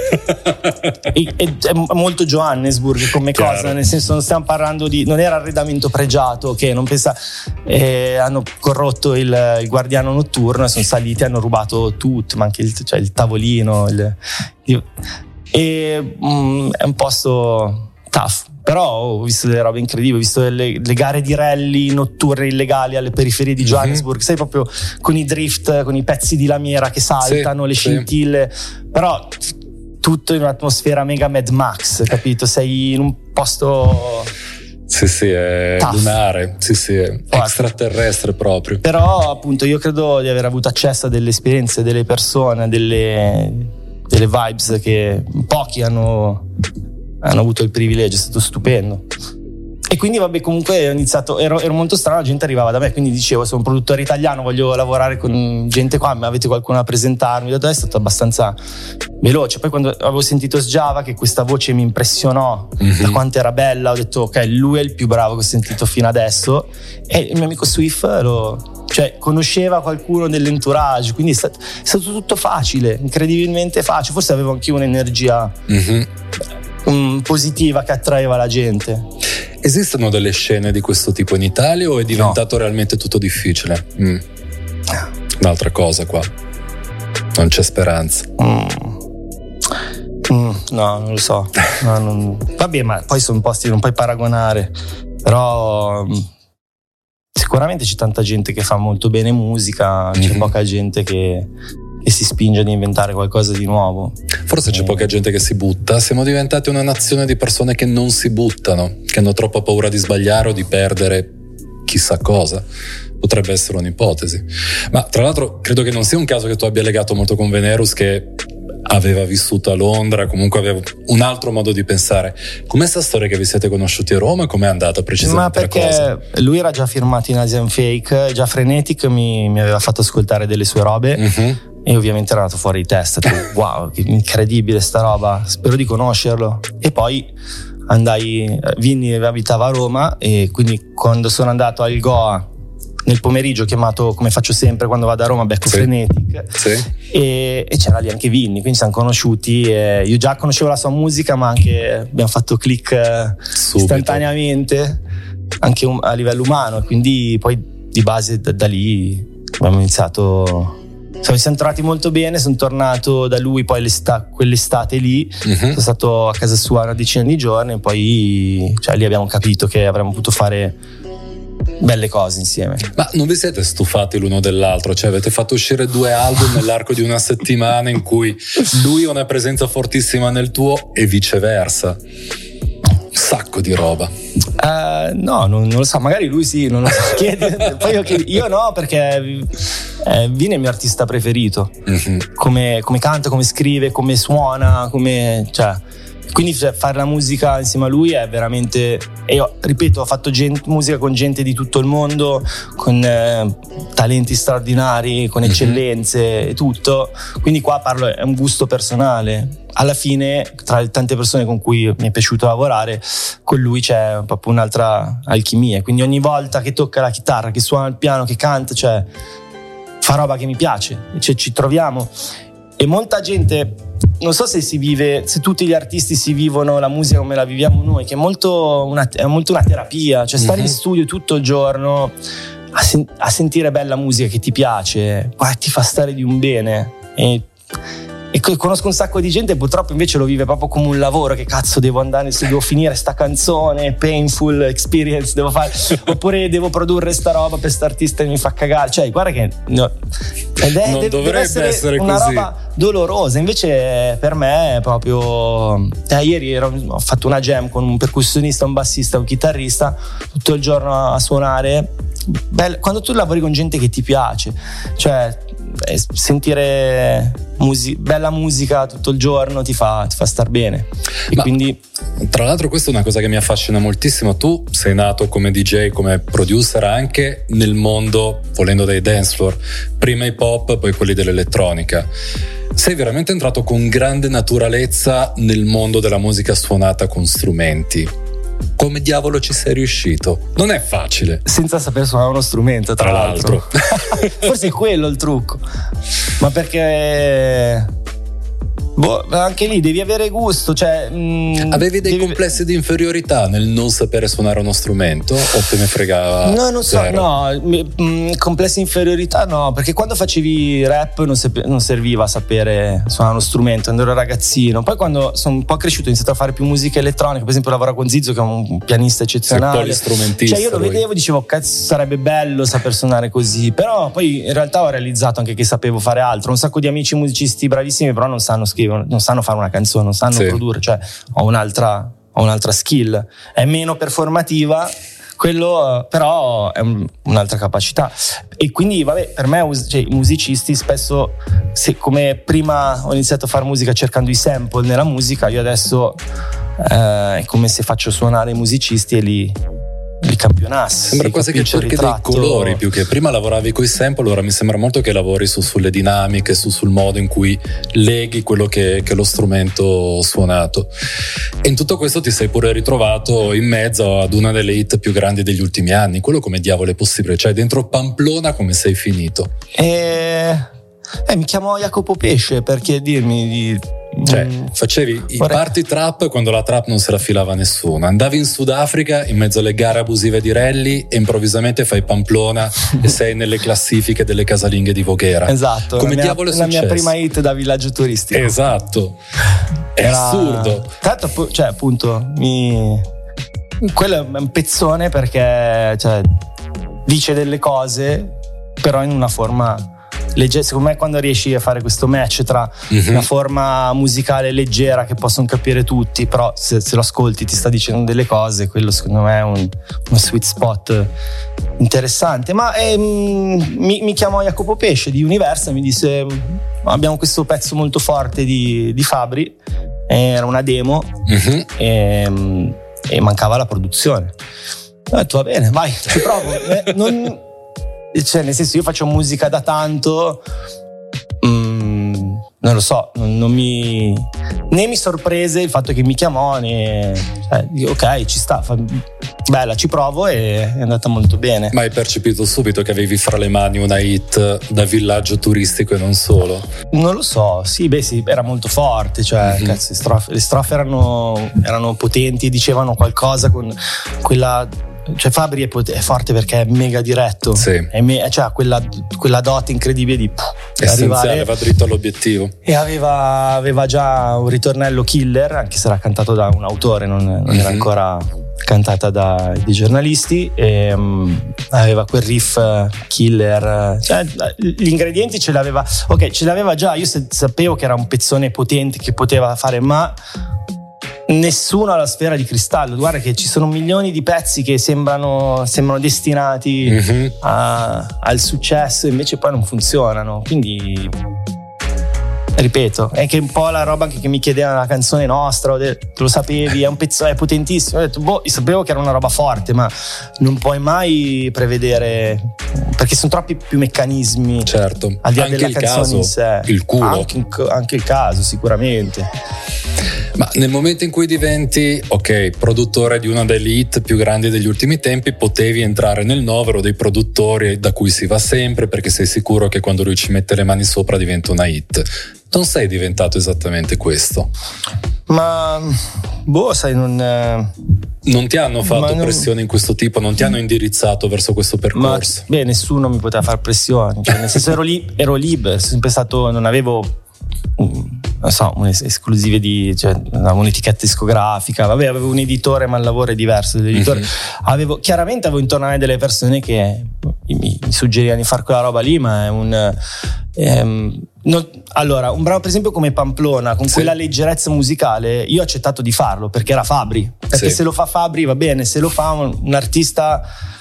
e, e, è molto Johannesburg come Chiaro. Cosa, nel senso non stiamo parlando di, non era arredamento pregiato che non pensa, eh, hanno corrotto il, il guardiano notturno e sono saliti, hanno rubato tutto, ma anche il, cioè il tavolino il, il, e mm, è un posto tough, però ho visto delle robe incredibili, ho visto delle, le gare di rally notturne illegali alle periferie di Johannesburg, mm-hmm. sai, proprio con i drift, con i pezzi di lamiera che saltano, sì, le scintille, sì. però tutto in un'atmosfera mega Mad Max, capito? Sei in un posto sì sì è tough. Lunare, sì sì è extraterrestre proprio. Però appunto io credo di aver avuto accesso a delle esperienze, delle persone, delle, delle vibes che pochi hanno hanno avuto il privilegio, è stato stupendo. E quindi vabbè, comunque ho iniziato, ero, ero molto strano, la gente arrivava da me, quindi dicevo sono un produttore italiano, voglio lavorare con gente qua, ma avete qualcuno a presentarmi? È stato abbastanza veloce. Poi quando avevo sentito Sjava, che questa voce mi impressionò mm-hmm. da quanto era bella, ho detto ok, lui è il più bravo che ho sentito fino adesso. E il mio amico Swift lo, cioè conosceva qualcuno dell'entourage, quindi è stato, è stato tutto facile, incredibilmente facile. Forse avevo anche un'energia mm-hmm. um, positiva che attraeva la gente. Esistono delle scene di questo tipo in Italia o è diventato no. realmente tutto difficile? Mm. Un'altra cosa qua, non c'è speranza. Mm. Mm, no, non lo so. No, non... Vabbè, ma poi sono posti che non puoi paragonare. Però sicuramente c'è tanta gente che fa molto bene musica, c'è mm-hmm. poca gente che, che si spinge ad inventare qualcosa di nuovo. Forse c'è poca gente che si butta. Siamo diventati una nazione di persone che non si buttano, che hanno troppa paura di sbagliare o di perdere chissà cosa. Potrebbe essere un'ipotesi. Ma tra l'altro credo che non sia un caso che tu abbia legato molto con Venerus, che aveva vissuto a Londra, comunque aveva un altro modo di pensare. Com'è sta storia che vi siete conosciuti a Roma? Com'è andata precisamente la cosa? Ma perché lui era già firmato in Asian Fake, già Frenetic mi, mi aveva fatto ascoltare delle sue robe mm-hmm. e ovviamente era andato fuori di testa. Wow, che incredibile sta roba, spero di conoscerlo. E poi andai, Vinny abitava a Roma e quindi quando sono andato al Goa nel pomeriggio, chiamato come faccio sempre quando vado a Roma, becco sì. Frenetic sì. e, e c'era lì anche Vinny, quindi siamo conosciuti e io già conoscevo la sua musica, ma anche abbiamo fatto click Subito. istantaneamente anche um, a livello umano, quindi poi di base da, da lì abbiamo iniziato. Ci siamo trovati molto bene, sono tornato da lui poi quell'estate lì, uh-huh. sono stato a casa sua una decina di giorni e poi cioè, lì abbiamo capito che avremmo potuto fare belle cose insieme. Ma non vi siete stufati l'uno dell'altro? Cioè avete fatto uscire due album nell'arco di una settimana in cui lui ha una presenza fortissima nel tuo e viceversa? Un sacco di roba. Uh, no, non, non lo so, magari lui sì, non lo so. Chiede, poi io, chiede, io no, perché eh, Vini è il mio artista preferito. Mm-hmm. Come, come canta, come scrive, come suona, come cioè. Quindi cioè, fare la musica insieme a lui è veramente. E io ripeto, ho fatto gente, musica con gente di tutto il mondo, con eh, talenti straordinari, con eccellenze mm-hmm. e tutto. Quindi qua parlo, è un gusto personale. Alla fine, tra le tante persone con cui mi è piaciuto lavorare, con lui c'è proprio un'altra alchimia. Quindi ogni volta che tocca la chitarra, che suona il piano, che canta, cioè fa roba che mi piace, cioè, ci troviamo. E molta gente, non so se si vive, se tutti gli artisti si vivono la musica come la viviamo noi, che è molto una, è molto una terapia, cioè stare mm-hmm. in studio tutto il giorno a, sen- a sentire bella musica che ti piace, guarda, ti fa stare di un bene. E E conosco un sacco di gente, purtroppo invece lo vive proprio come un lavoro. Che cazzo devo andare, se devo finire sta canzone, painful experience devo fare, oppure devo produrre sta roba per st'artista e mi fa cagare. Cioè guarda che no, ed è, non deve, dovrebbe deve essere, essere una così. Roba dolorosa. Invece per me è proprio eh, ieri ero, ho fatto una jam con un percussionista, un bassista, un chitarrista tutto il giorno a suonare bello, quando tu lavori con gente che ti piace, cioè sentire music- bella musica tutto il giorno ti fa, ti fa star bene. E Ma, quindi tra l'altro, questa è una cosa che mi affascina moltissimo. Tu sei nato come D J, come producer anche nel mondo, volendo, dei dance floor, prima hip hop, poi quelli dell'elettronica. Sei veramente entrato con grande naturalezza nel mondo della musica suonata con strumenti. Come diavolo ci sei riuscito? Non è facile. Senza saper suonare uno strumento, tra, Tra l'altro, l'altro. Forse è quello il trucco. Ma perché boh, anche lì devi avere gusto, cioè mh, avevi dei devi... complessi di inferiorità nel non sapere suonare uno strumento o te ne fregava? No, non so, zero? no, mh, complessi di inferiorità no, perché quando facevi rap non, sep- non serviva sapere suonare uno strumento, quando ero ragazzino. Poi quando sono un po' cresciuto ho iniziato a fare più musica elettronica, per esempio lavoro con Zizzo che è un pianista eccezionale, polistrumentista, cioè io lo lui. vedevo e dicevo cazzo sarebbe bello saper suonare così, però poi in realtà ho realizzato anche che sapevo fare altro. Un sacco di amici musicisti bravissimi però non sanno scrivere, non sanno fare una canzone, non sanno sì. produrre, cioè ho un'altra, ho un'altra skill, è meno performativa, quello però è un, un'altra capacità. E quindi vabbè, per me cioè, i musicisti spesso, se come prima ho iniziato a fare musica cercando i sample nella musica, io adesso eh, è come se faccio suonare i musicisti e li li campionassi. Sembra quasi che cerchi dei colori più che prima lavoravi coi sample, ora mi sembra molto che lavori su, sulle dinamiche, su, sul modo in cui leghi quello che, che è lo strumento suonato. E in tutto questo ti sei pure ritrovato in mezzo ad una delle hit più grandi degli ultimi anni. Quello come diavolo è possibile? Cioè dentro Pamplona come sei finito? E... Eh, mi chiamo Jacopo Pesce, perché dirmi di... Cioè, facevi i Vorrei... party trap quando la trap non se la filava nessuno. Andavi in Sudafrica in mezzo alle gare abusive di rally e improvvisamente fai Pamplona e sei nelle classifiche delle casalinghe di Voghera. Esatto, come la mia, diavolo è la successo? mia prima hit da villaggio turistico. Esatto. È Era... assurdo. Tanto, cioè, appunto, mi... quello è un pezzone perché cioè, dice delle cose, però in una forma leggera. Secondo me quando riesci a fare questo match tra mm-hmm. una forma musicale leggera che possono capire tutti, però se, se lo ascolti ti sta dicendo delle cose, quello secondo me è un, uno sweet spot interessante. Ma ehm, mi, mi chiamò Jacopo Pesce di Universal, mi disse abbiamo questo pezzo molto forte di, di Fabri, era una demo mm-hmm. e, e mancava la produzione. Ho detto va bene, vai, ci provo. eh, non Cioè, nel senso, io faccio musica da tanto, mm, non lo so, non, non mi né mi sorprese il fatto che mi chiamò, né cioè, ok, ci sta, fa, bella, ci provo e è andata molto bene. Ma hai percepito subito che avevi fra le mani una hit da villaggio turistico e non solo? Non lo so, sì, beh sì, era molto forte, cioè mm-hmm. cazzo, le strofe, le strofe erano, erano potenti, dicevano qualcosa con quella... Cioè Fabri è, pot- è forte perché è mega diretto, sì. è me- cioè quella, quella dote incredibile di essenziale, arrivare, va dritto all'obiettivo. E aveva, aveva già un ritornello killer, anche se era cantato da un autore, non, non mm-hmm. era ancora cantata da, dai giornalisti, e um, aveva quel riff killer, cioè, gli ingredienti ce l'aveva, ok, ce l'aveva già, io sapevo che era un pezzone potente che poteva fare, ma nessuno ha la sfera di cristallo. Guarda che ci sono milioni di pezzi che sembrano, sembrano destinati mm-hmm. a, al successo, invece poi non funzionano. Quindi ripeto, è che un po' la roba anche che mi chiedeva la canzone nostra, ho detto, lo sapevi, è un pezzo, è potentissimo. Ho detto, boh, io sapevo che era una roba forte, ma non puoi mai prevedere, perché sono troppi più meccanismi. Certo, al di là anche della il canzone caso, in sé. Il culo. Anche, anche il caso, sicuramente. Ma nel momento in cui diventi, ok, produttore di una delle hit più grandi degli ultimi tempi, potevi entrare nel novero dei produttori da cui si va sempre, perché sei sicuro che quando lui ci mette le mani sopra diventa una hit. Non sei diventato esattamente questo? Ma boh, sai, non eh... non ti hanno fatto non... pressioni in questo tipo, non ti hanno indirizzato verso questo percorso? Ma, beh, nessuno mi poteva fare pressioni, cioè, nel senso ero, li- ero libero, sono sempre stato, non avevo non so, un'esclusive di, cioè, un'etichetta discografica, vabbè, avevo un editore, ma il lavoro è diverso dell'editore. Mm-hmm. Avevo, chiaramente avevo intorno a me delle persone che mi, mi suggerivano di fare quella roba lì, ma è un ehm, non, allora, un brano per esempio come Pamplona, con sì. quella leggerezza musicale, io ho accettato di farlo perché era Fabri, perché sì. se lo fa Fabri va bene, se lo fa un, un artista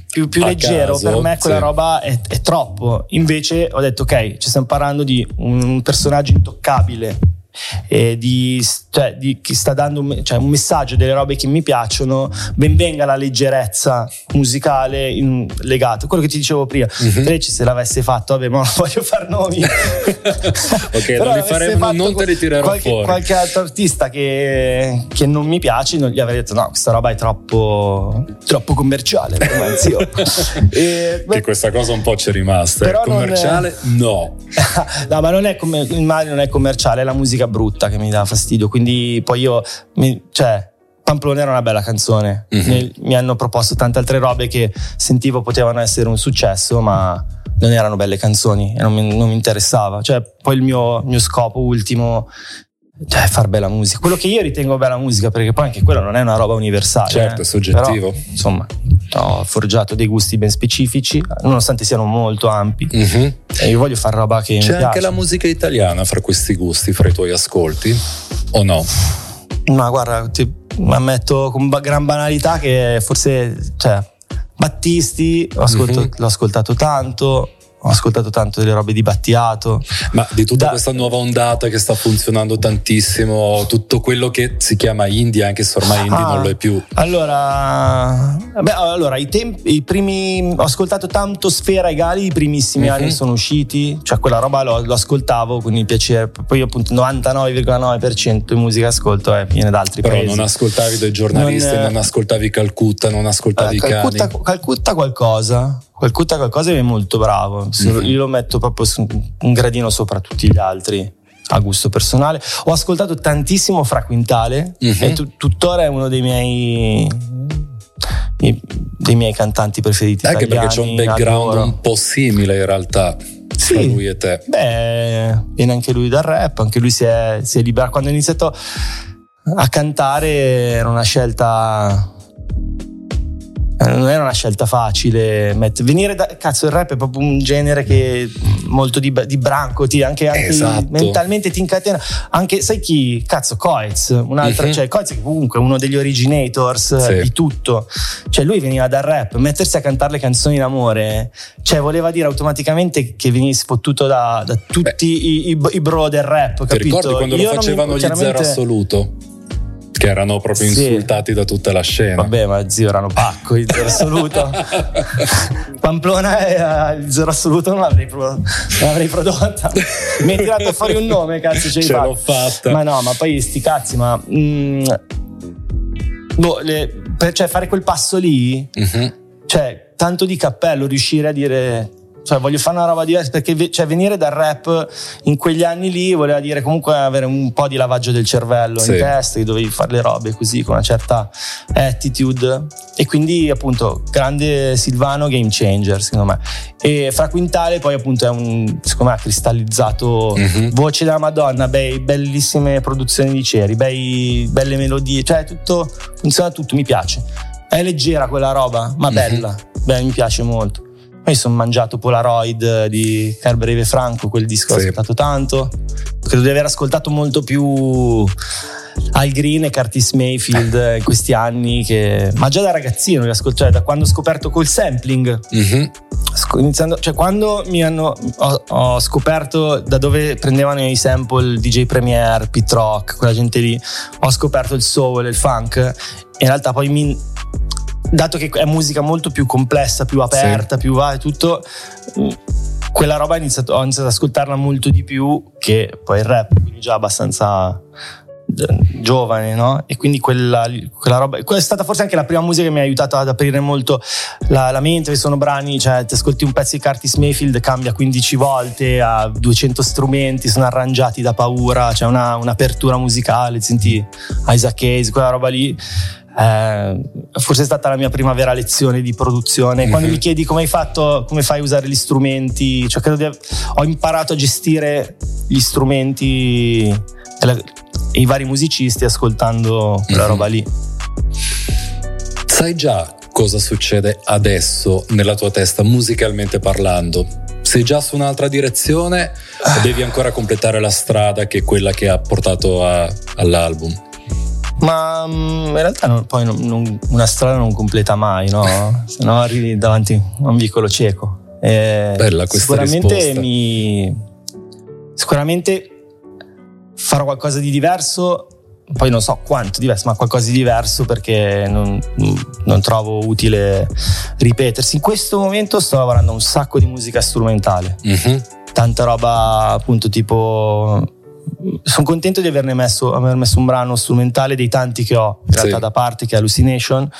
più, più leggero, caso, per me quella sì. roba è, è troppo. Invece ho detto ok, ci stiamo parlando di un personaggio intoccabile, e di, cioè, di chi sta dando un, cioè, un messaggio, delle robe che mi piacciono, ben venga la leggerezza musicale in, legato, quello che ti dicevo prima. mm-hmm. Trecci se l'avesse fatto, vabbè, ma non voglio far nomi. Ok, non li faremo, non te li tirerò qualche, fuori. Qualche altro artista che, che non mi piace, non gli avrei detto no, questa roba è troppo troppo commerciale, anzi io. E, che questa cosa un po' c'è rimasta, è commerciale è... no no, ma non è come il Mario, non è commerciale, è la musica brutta che mi dà fastidio. Quindi poi io mi, cioè Pamplona era una bella canzone, mm-hmm. mi, mi hanno proposto tante altre robe che sentivo potevano essere un successo, ma non erano belle canzoni e non mi, non mi interessava. Cioè poi il mio, mio scopo ultimo, cioè far bella musica, quello che io ritengo bella musica, perché poi anche quello non è una roba universale, certo, eh. è soggettivo. Però, insomma, ho forgiato dei gusti ben specifici, nonostante siano molto ampi, mm-hmm. e io voglio fare roba che c'è mi piace. C'è anche la musica italiana fra questi gusti, fra i tuoi ascolti, o no? Ma guarda, ti ammetto con gran banalità che forse, cioè, Battisti l'ho, ascolto, mm-hmm. l'ho ascoltato tanto. Ho ascoltato tanto delle robe di Battiato. Ma di tutta da... questa nuova ondata che sta funzionando tantissimo, tutto quello che si chiama indie, anche se ormai indie ah, non lo è più. Allora, beh, allora i, tempi, i primi, ho ascoltato tanto Sfera e Gali, i primissimi mm-hmm. anni sono usciti, cioè quella roba lo, lo ascoltavo con il piacere. Poi appunto novantanove virgola nove per cento di musica ascolto eh, viene da altri Però paesi. Però non ascoltavi dei giornalisti, non, non ascoltavi Calcutta, non ascoltavi eh, Calcutta, Cani. Calcutta qualcosa. Calcutta qualcosa è molto bravo, mm-hmm. io lo metto proprio su un gradino sopra tutti gli altri a gusto personale. Ho ascoltato tantissimo Fra Quintale, mm-hmm. e tu, tuttora è uno dei miei dei miei cantanti preferiti anche italiani. Perché c'è un background adoro. Un po' simile in realtà sì. tra lui e te. Beh, viene anche lui dal rap, anche lui si è, si è liberato. Quando ho iniziato a cantare era una scelta, non era una scelta facile. Venire da cazzo, il rap è proprio un genere che molto di, di branco, ti, anche, anche esatto. mentalmente ti incatena. Anche sai chi? Cazzo, Coez, un'altra, mm-hmm. cioè Coez che comunque è uno degli originators sì. di tutto. Cioè lui veniva dal rap, mettersi a cantare le canzoni d'amore, cioè voleva dire automaticamente che venisse fottuto da, da tutti i, i, i bro del rap, capito? Ti ricordi quando Io lo facevano mi, gli Zero Assoluto? Che erano proprio insultati sì. da tutta la scena. Vabbè, ma zio, erano pacco il Zero Assoluto. Pamplona e il Zero Assoluto non l'avrei, pro- non l'avrei prodotta. Mi hai tirato fuori un nome, cazzo, ce, ce l'ho fatta. Ma no, ma poi sti cazzi, ma mm, boh, le, per, cioè fare quel passo lì, mm-hmm. cioè tanto di cappello riuscire a dire, cioè voglio fare una roba diversa, perché cioè, venire dal rap in quegli anni lì voleva dire comunque avere un po' di lavaggio del cervello sì. in testa, che dovevi fare le robe così con una certa attitude, e quindi appunto grande Silvano, game changer secondo me. E Fra Quintale poi appunto è un, secondo me ha cristallizzato mm-hmm. voce della Madonna, bei, bellissime produzioni di Ceri, bei, belle melodie, cioè tutto, funziona tutto, mi piace, è leggera quella roba ma bella, mm-hmm. beh, mi piace molto. Poi sono mangiato Polaroid di Carbreve Franco, quel disco sì. l'ho ascoltato tanto. Credo di aver ascoltato molto più Al Green e Curtis Mayfield in questi anni, che, ma già da ragazzino li ascolto, cioè da quando ho scoperto col sampling. Mm-hmm. Iniziando, cioè quando mi hanno ho, ho scoperto da dove prendevano i sample D J Premier, Pete Rock, quella gente lì, ho scoperto il soul e il funk. In realtà poi mi dato che è musica molto più complessa, più aperta, sì. più va e tutto, quella roba ho iniziato, ho iniziato ad ascoltarla molto di più che poi il rap, quindi già abbastanza giovane, no? E quindi quella, quella roba è stata forse anche la prima musica che mi ha aiutato ad aprire molto la, la mente. Sono brani, cioè ti ascolti un pezzo di Curtis Mayfield, cambia quindici volte, ha duecento strumenti, sono arrangiati da paura, c'è cioè una, un'apertura musicale, senti Isaac Hayes, quella roba lì. Eh, forse è stata la mia prima vera lezione di produzione. Mm-hmm. Quando mi chiedi come hai fatto, come fai a usare gli strumenti, cioè credo di aver, ho imparato a gestire gli strumenti e, la, e i vari musicisti ascoltando quella mm-hmm. roba lì. Sai già cosa succede adesso nella tua testa musicalmente parlando? Sei già su un'altra direzione o devi ancora completare la strada che è quella che ha portato a, all'album? Ma in realtà non, poi non, non, una strada non completa mai, no? Se no arrivi davanti a un vicolo cieco. E bella questa sicuramente risposta. mi sicuramente farò qualcosa di diverso, poi non so quanto diverso, ma qualcosa di diverso, perché non, non trovo utile ripetersi. In questo momento sto lavorando un sacco di musica strumentale, mm-hmm. tanta roba appunto tipo. Sono contento di averne messo, aver messo un brano strumentale dei tanti che ho in realtà sì. da parte, che è Hallucination,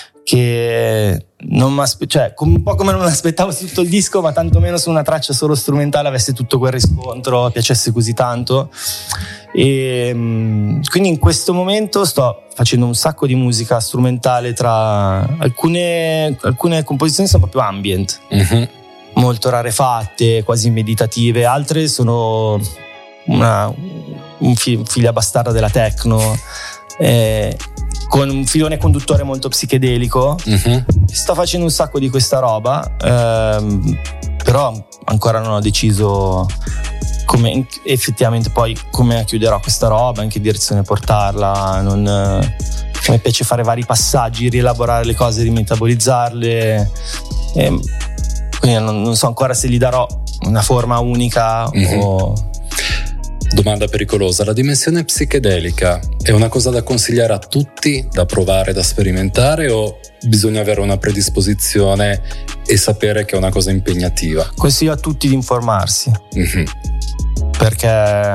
che non m'aspe- cioè un po' come non mi aspettavo su tutto il disco, ma tantomeno su una traccia solo strumentale avesse tutto quel riscontro, piacesse così tanto. E quindi in questo momento sto facendo un sacco di musica strumentale, tra alcune, alcune composizioni sono proprio ambient, mm-hmm. molto rarefatte, quasi meditative, altre sono una un fi- figlia bastarda della techno, eh, con un filone conduttore molto psichedelico. Mm-hmm. Sto facendo un sacco di questa roba, ehm, però ancora non ho deciso come effettivamente poi come chiuderò questa roba, in che direzione portarla. Non, eh, mi piace fare vari passaggi, rielaborare le cose, rimetabolizzarle, eh, quindi non, non so ancora se gli darò una forma unica. Mm-hmm. o Domanda pericolosa: la dimensione psichedelica è una cosa da consigliare a tutti, da provare, da sperimentare, o bisogna avere una predisposizione e sapere che è una cosa impegnativa? Consiglio a tutti di informarsi, mm-hmm. perché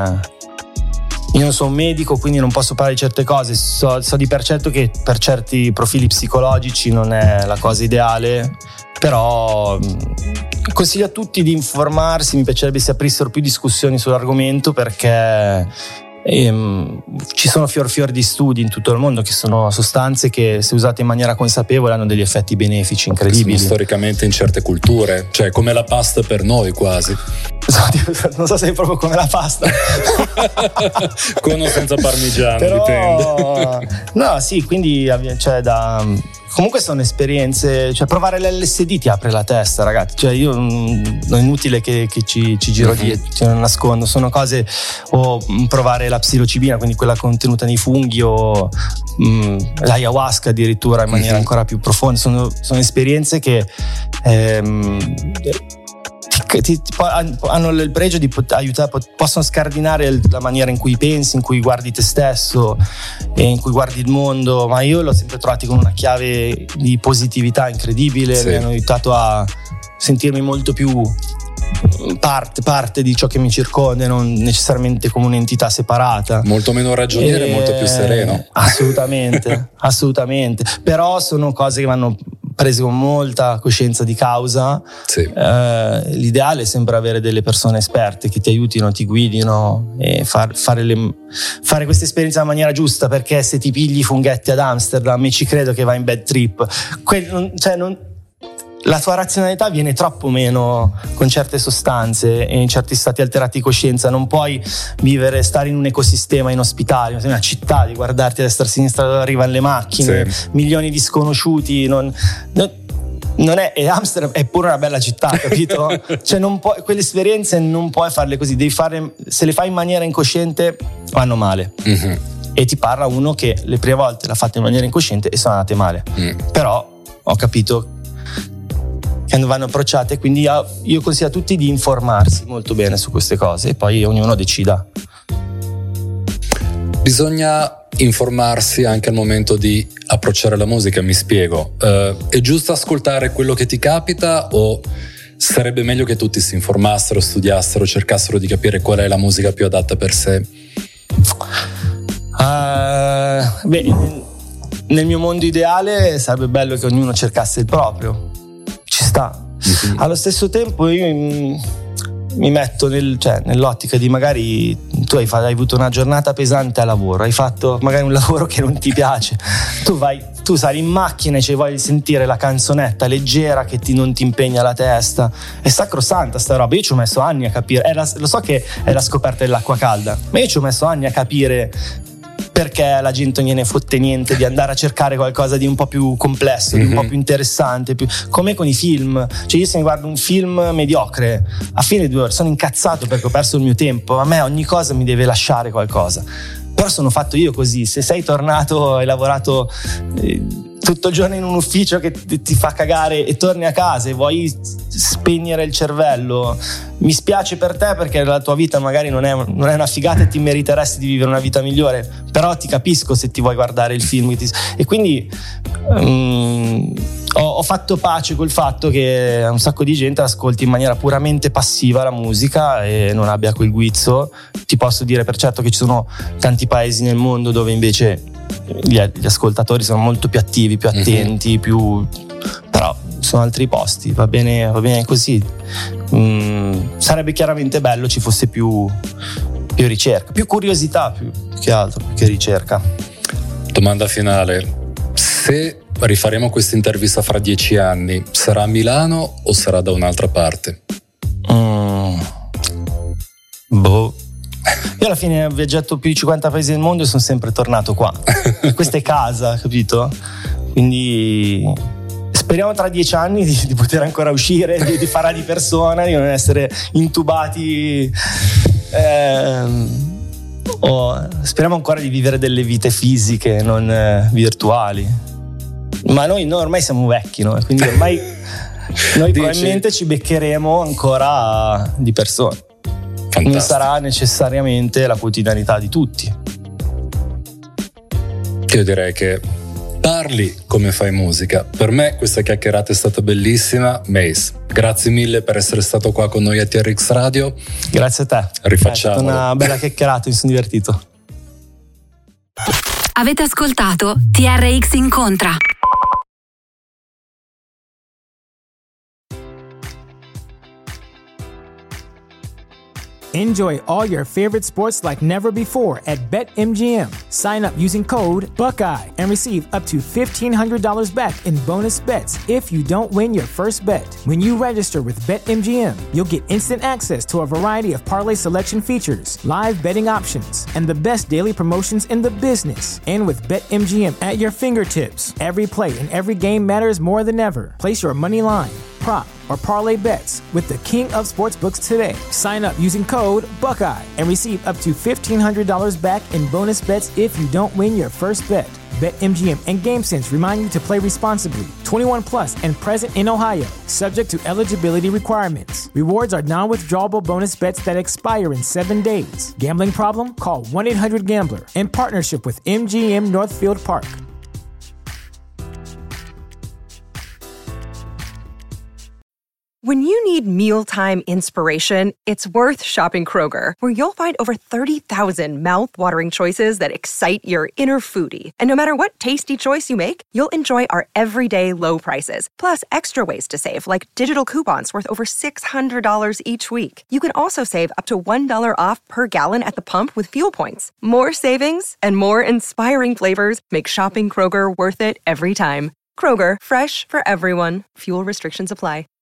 io non sono un medico, quindi non posso parlare di certe cose. So, so di per certo che per certi profili psicologici non è la cosa ideale, però consiglio a tutti di informarsi. Mi piacerebbe si aprissero più discussioni sull'argomento, perché ehm, ci sono fior fior di studi in tutto il mondo che sono sostanze che, se usate in maniera consapevole, hanno degli effetti benefici incredibili. Sono storicamente in certe culture, cioè come la pasta per noi quasi. Non so se è proprio come la pasta con o senza parmigiano, però, dipende. No, sì, quindi cioè, da, comunque sono esperienze, cioè provare l'L S D ti apre la testa, ragazzi, cioè io non è inutile che, che ci, ci giro mm-hmm. dietro, cioè, non nascondo, sono cose, o provare la psilocibina, quindi quella contenuta nei funghi, o mh, l'ayahuasca addirittura in maniera mm-hmm. ancora più profonda. Sono, sono esperienze che ehm, Ti, ti, hanno il pregio di aiutare, possono scardinare la maniera in cui pensi, in cui guardi te stesso e in cui guardi il mondo. Ma io l'ho sempre trovati con una chiave di positività incredibile, sì. mi hanno aiutato a sentirmi molto più parte, parte di ciò che mi circonda, non necessariamente come un'entità separata, molto meno ragioniere e molto più sereno. Assolutamente, assolutamente. Però sono cose che vanno prese con molta coscienza di causa. Sì. Eh, l'ideale è sempre avere delle persone esperte che ti aiutino, ti guidino, e far, fare, le, fare questa esperienza in maniera giusta, perché se ti pigli i funghetti ad Amsterdam, e ci credo che vai in bad trip, quel, non, cioè non, la tua razionalità viene troppo meno con certe sostanze e in certi stati alterati di coscienza. Non puoi vivere, stare in un ecosistema inospitale, in una città, di guardarti a destra e a sinistra dove arrivano le macchine, sì. milioni di sconosciuti, non, non, non è, e Amsterdam è pure una bella città, capito? Cioè non puoi, quelle esperienze non puoi farle così, devi fare, se le fai in maniera incosciente vanno male. Mm-hmm. E ti parla uno che le prime volte l'ha fatta in maniera incosciente e sono andate male. Mm. Però ho capito che vanno approcciate, quindi io consiglio a tutti di informarsi molto bene su queste cose e poi ognuno decida. Bisogna informarsi anche al momento di approcciare la musica, mi spiego. Uh, è giusto ascoltare quello che ti capita, o sarebbe meglio che tutti si informassero, studiassero, cercassero di capire qual è la musica più adatta per sé? Uh, beh, nel mio mondo ideale sarebbe bello che ognuno cercasse il proprio. Ci sta. Mm-hmm. Allo stesso tempo io mi, mi metto nel, cioè, nell'ottica di, magari tu hai, fatto, hai avuto una giornata pesante a lavoro, hai fatto magari un lavoro che non ti piace, tu vai, tu sali in macchina e ci vuoi sentire la canzonetta leggera che ti, non ti impegna la testa. È sacrosanta sta roba. Io ci ho messo anni a capire, è la, lo so che è la scoperta dell'acqua calda, ma io ci ho messo anni a capire perché la gente non gliene fotte niente di andare a cercare qualcosa di un po' più complesso, mm-hmm. di un po' più interessante, più... come con i film. Cioè io se mi guardo un film mediocre, a fine due ore sono incazzato perché ho perso il mio tempo. A me ogni cosa mi deve lasciare qualcosa. Però sono fatto io così. Se sei tornato, hai lavorato eh, tutto il giorno in un ufficio che ti, ti fa cagare e torni a casa e vuoi spegnere il cervello, mi spiace per te, perché la tua vita magari non è, non è una figata e ti meriteresti di vivere una vita migliore, però ti capisco se ti vuoi guardare il film. E quindi um, ho, ho fatto pace col fatto che un sacco di gente ascolti in maniera puramente passiva la musica e non abbia quel guizzo. Ti posso dire per certo che ci sono tanti paesi nel mondo dove invece gli, gli ascoltatori sono molto più attivi, più attenti, mm-hmm. più... però sono altri posti, va bene, va bene così. Mm, sarebbe chiaramente bello ci fosse più, più ricerca, più curiosità, più che altro, più che ricerca. Domanda finale: se rifaremo questa intervista fra dieci anni, sarà a Milano o sarà da un'altra parte? Mm, boh. Io alla fine ho viaggiato più di cinquanta paesi del mondo e sono sempre tornato qua. Questa è casa, capito? Quindi speriamo tra dieci anni di, di poter ancora uscire, di, di fare di persona, di non essere intubati. Ehm, o speriamo ancora di vivere delle vite fisiche, non eh, virtuali. Ma noi, noi ormai siamo vecchi, no? Quindi ormai noi probabilmente ci beccheremo ancora di persona. Fantastico. Non sarà necessariamente la quotidianità di tutti. Io direi che parli come fai musica. Per me questa chiacchierata è stata bellissima. Mace, grazie mille per essere stato qua con noi a T R X Radio. Grazie a te. Rifacciamo. È stata una bella chiacchierata, mi sono divertito. Avete ascoltato T R X Incontra. Enjoy all your favorite sports like never before at BetMGM. Sign up using code Buckeye and receive up to fifteen hundred dollars back in bonus bets if you don't win your first bet. When you register with BetMGM, you'll get instant access to a variety of parlay selection features, live betting options, and the best daily promotions in the business. And with BetMGM at your fingertips, every play and every game matters more than ever. Place your money line, prop, or parlay bets with the king of sportsbooks today. Sign up using code Buckeye and receive up to fifteen hundred dollars back in bonus bets if you don't win your first bet. BetMGM and GameSense remind you to play responsibly. twenty-one plus and present in Ohio, subject to eligibility requirements. Rewards are non-withdrawable bonus bets that expire in seven days. Gambling problem? Call one eight hundred gambler in partnership with M G M Northfield Park. When you need mealtime inspiration, it's worth shopping Kroger, where you'll find over thirty thousand mouth-watering choices that excite your inner foodie. And no matter what tasty choice you make, you'll enjoy our everyday low prices, plus extra ways to save, like digital coupons worth over six hundred dollars each week. You can also save up to one dollar off per gallon at the pump with fuel points. More savings and more inspiring flavors make shopping Kroger worth it every time. Kroger, fresh for everyone. Fuel restrictions apply.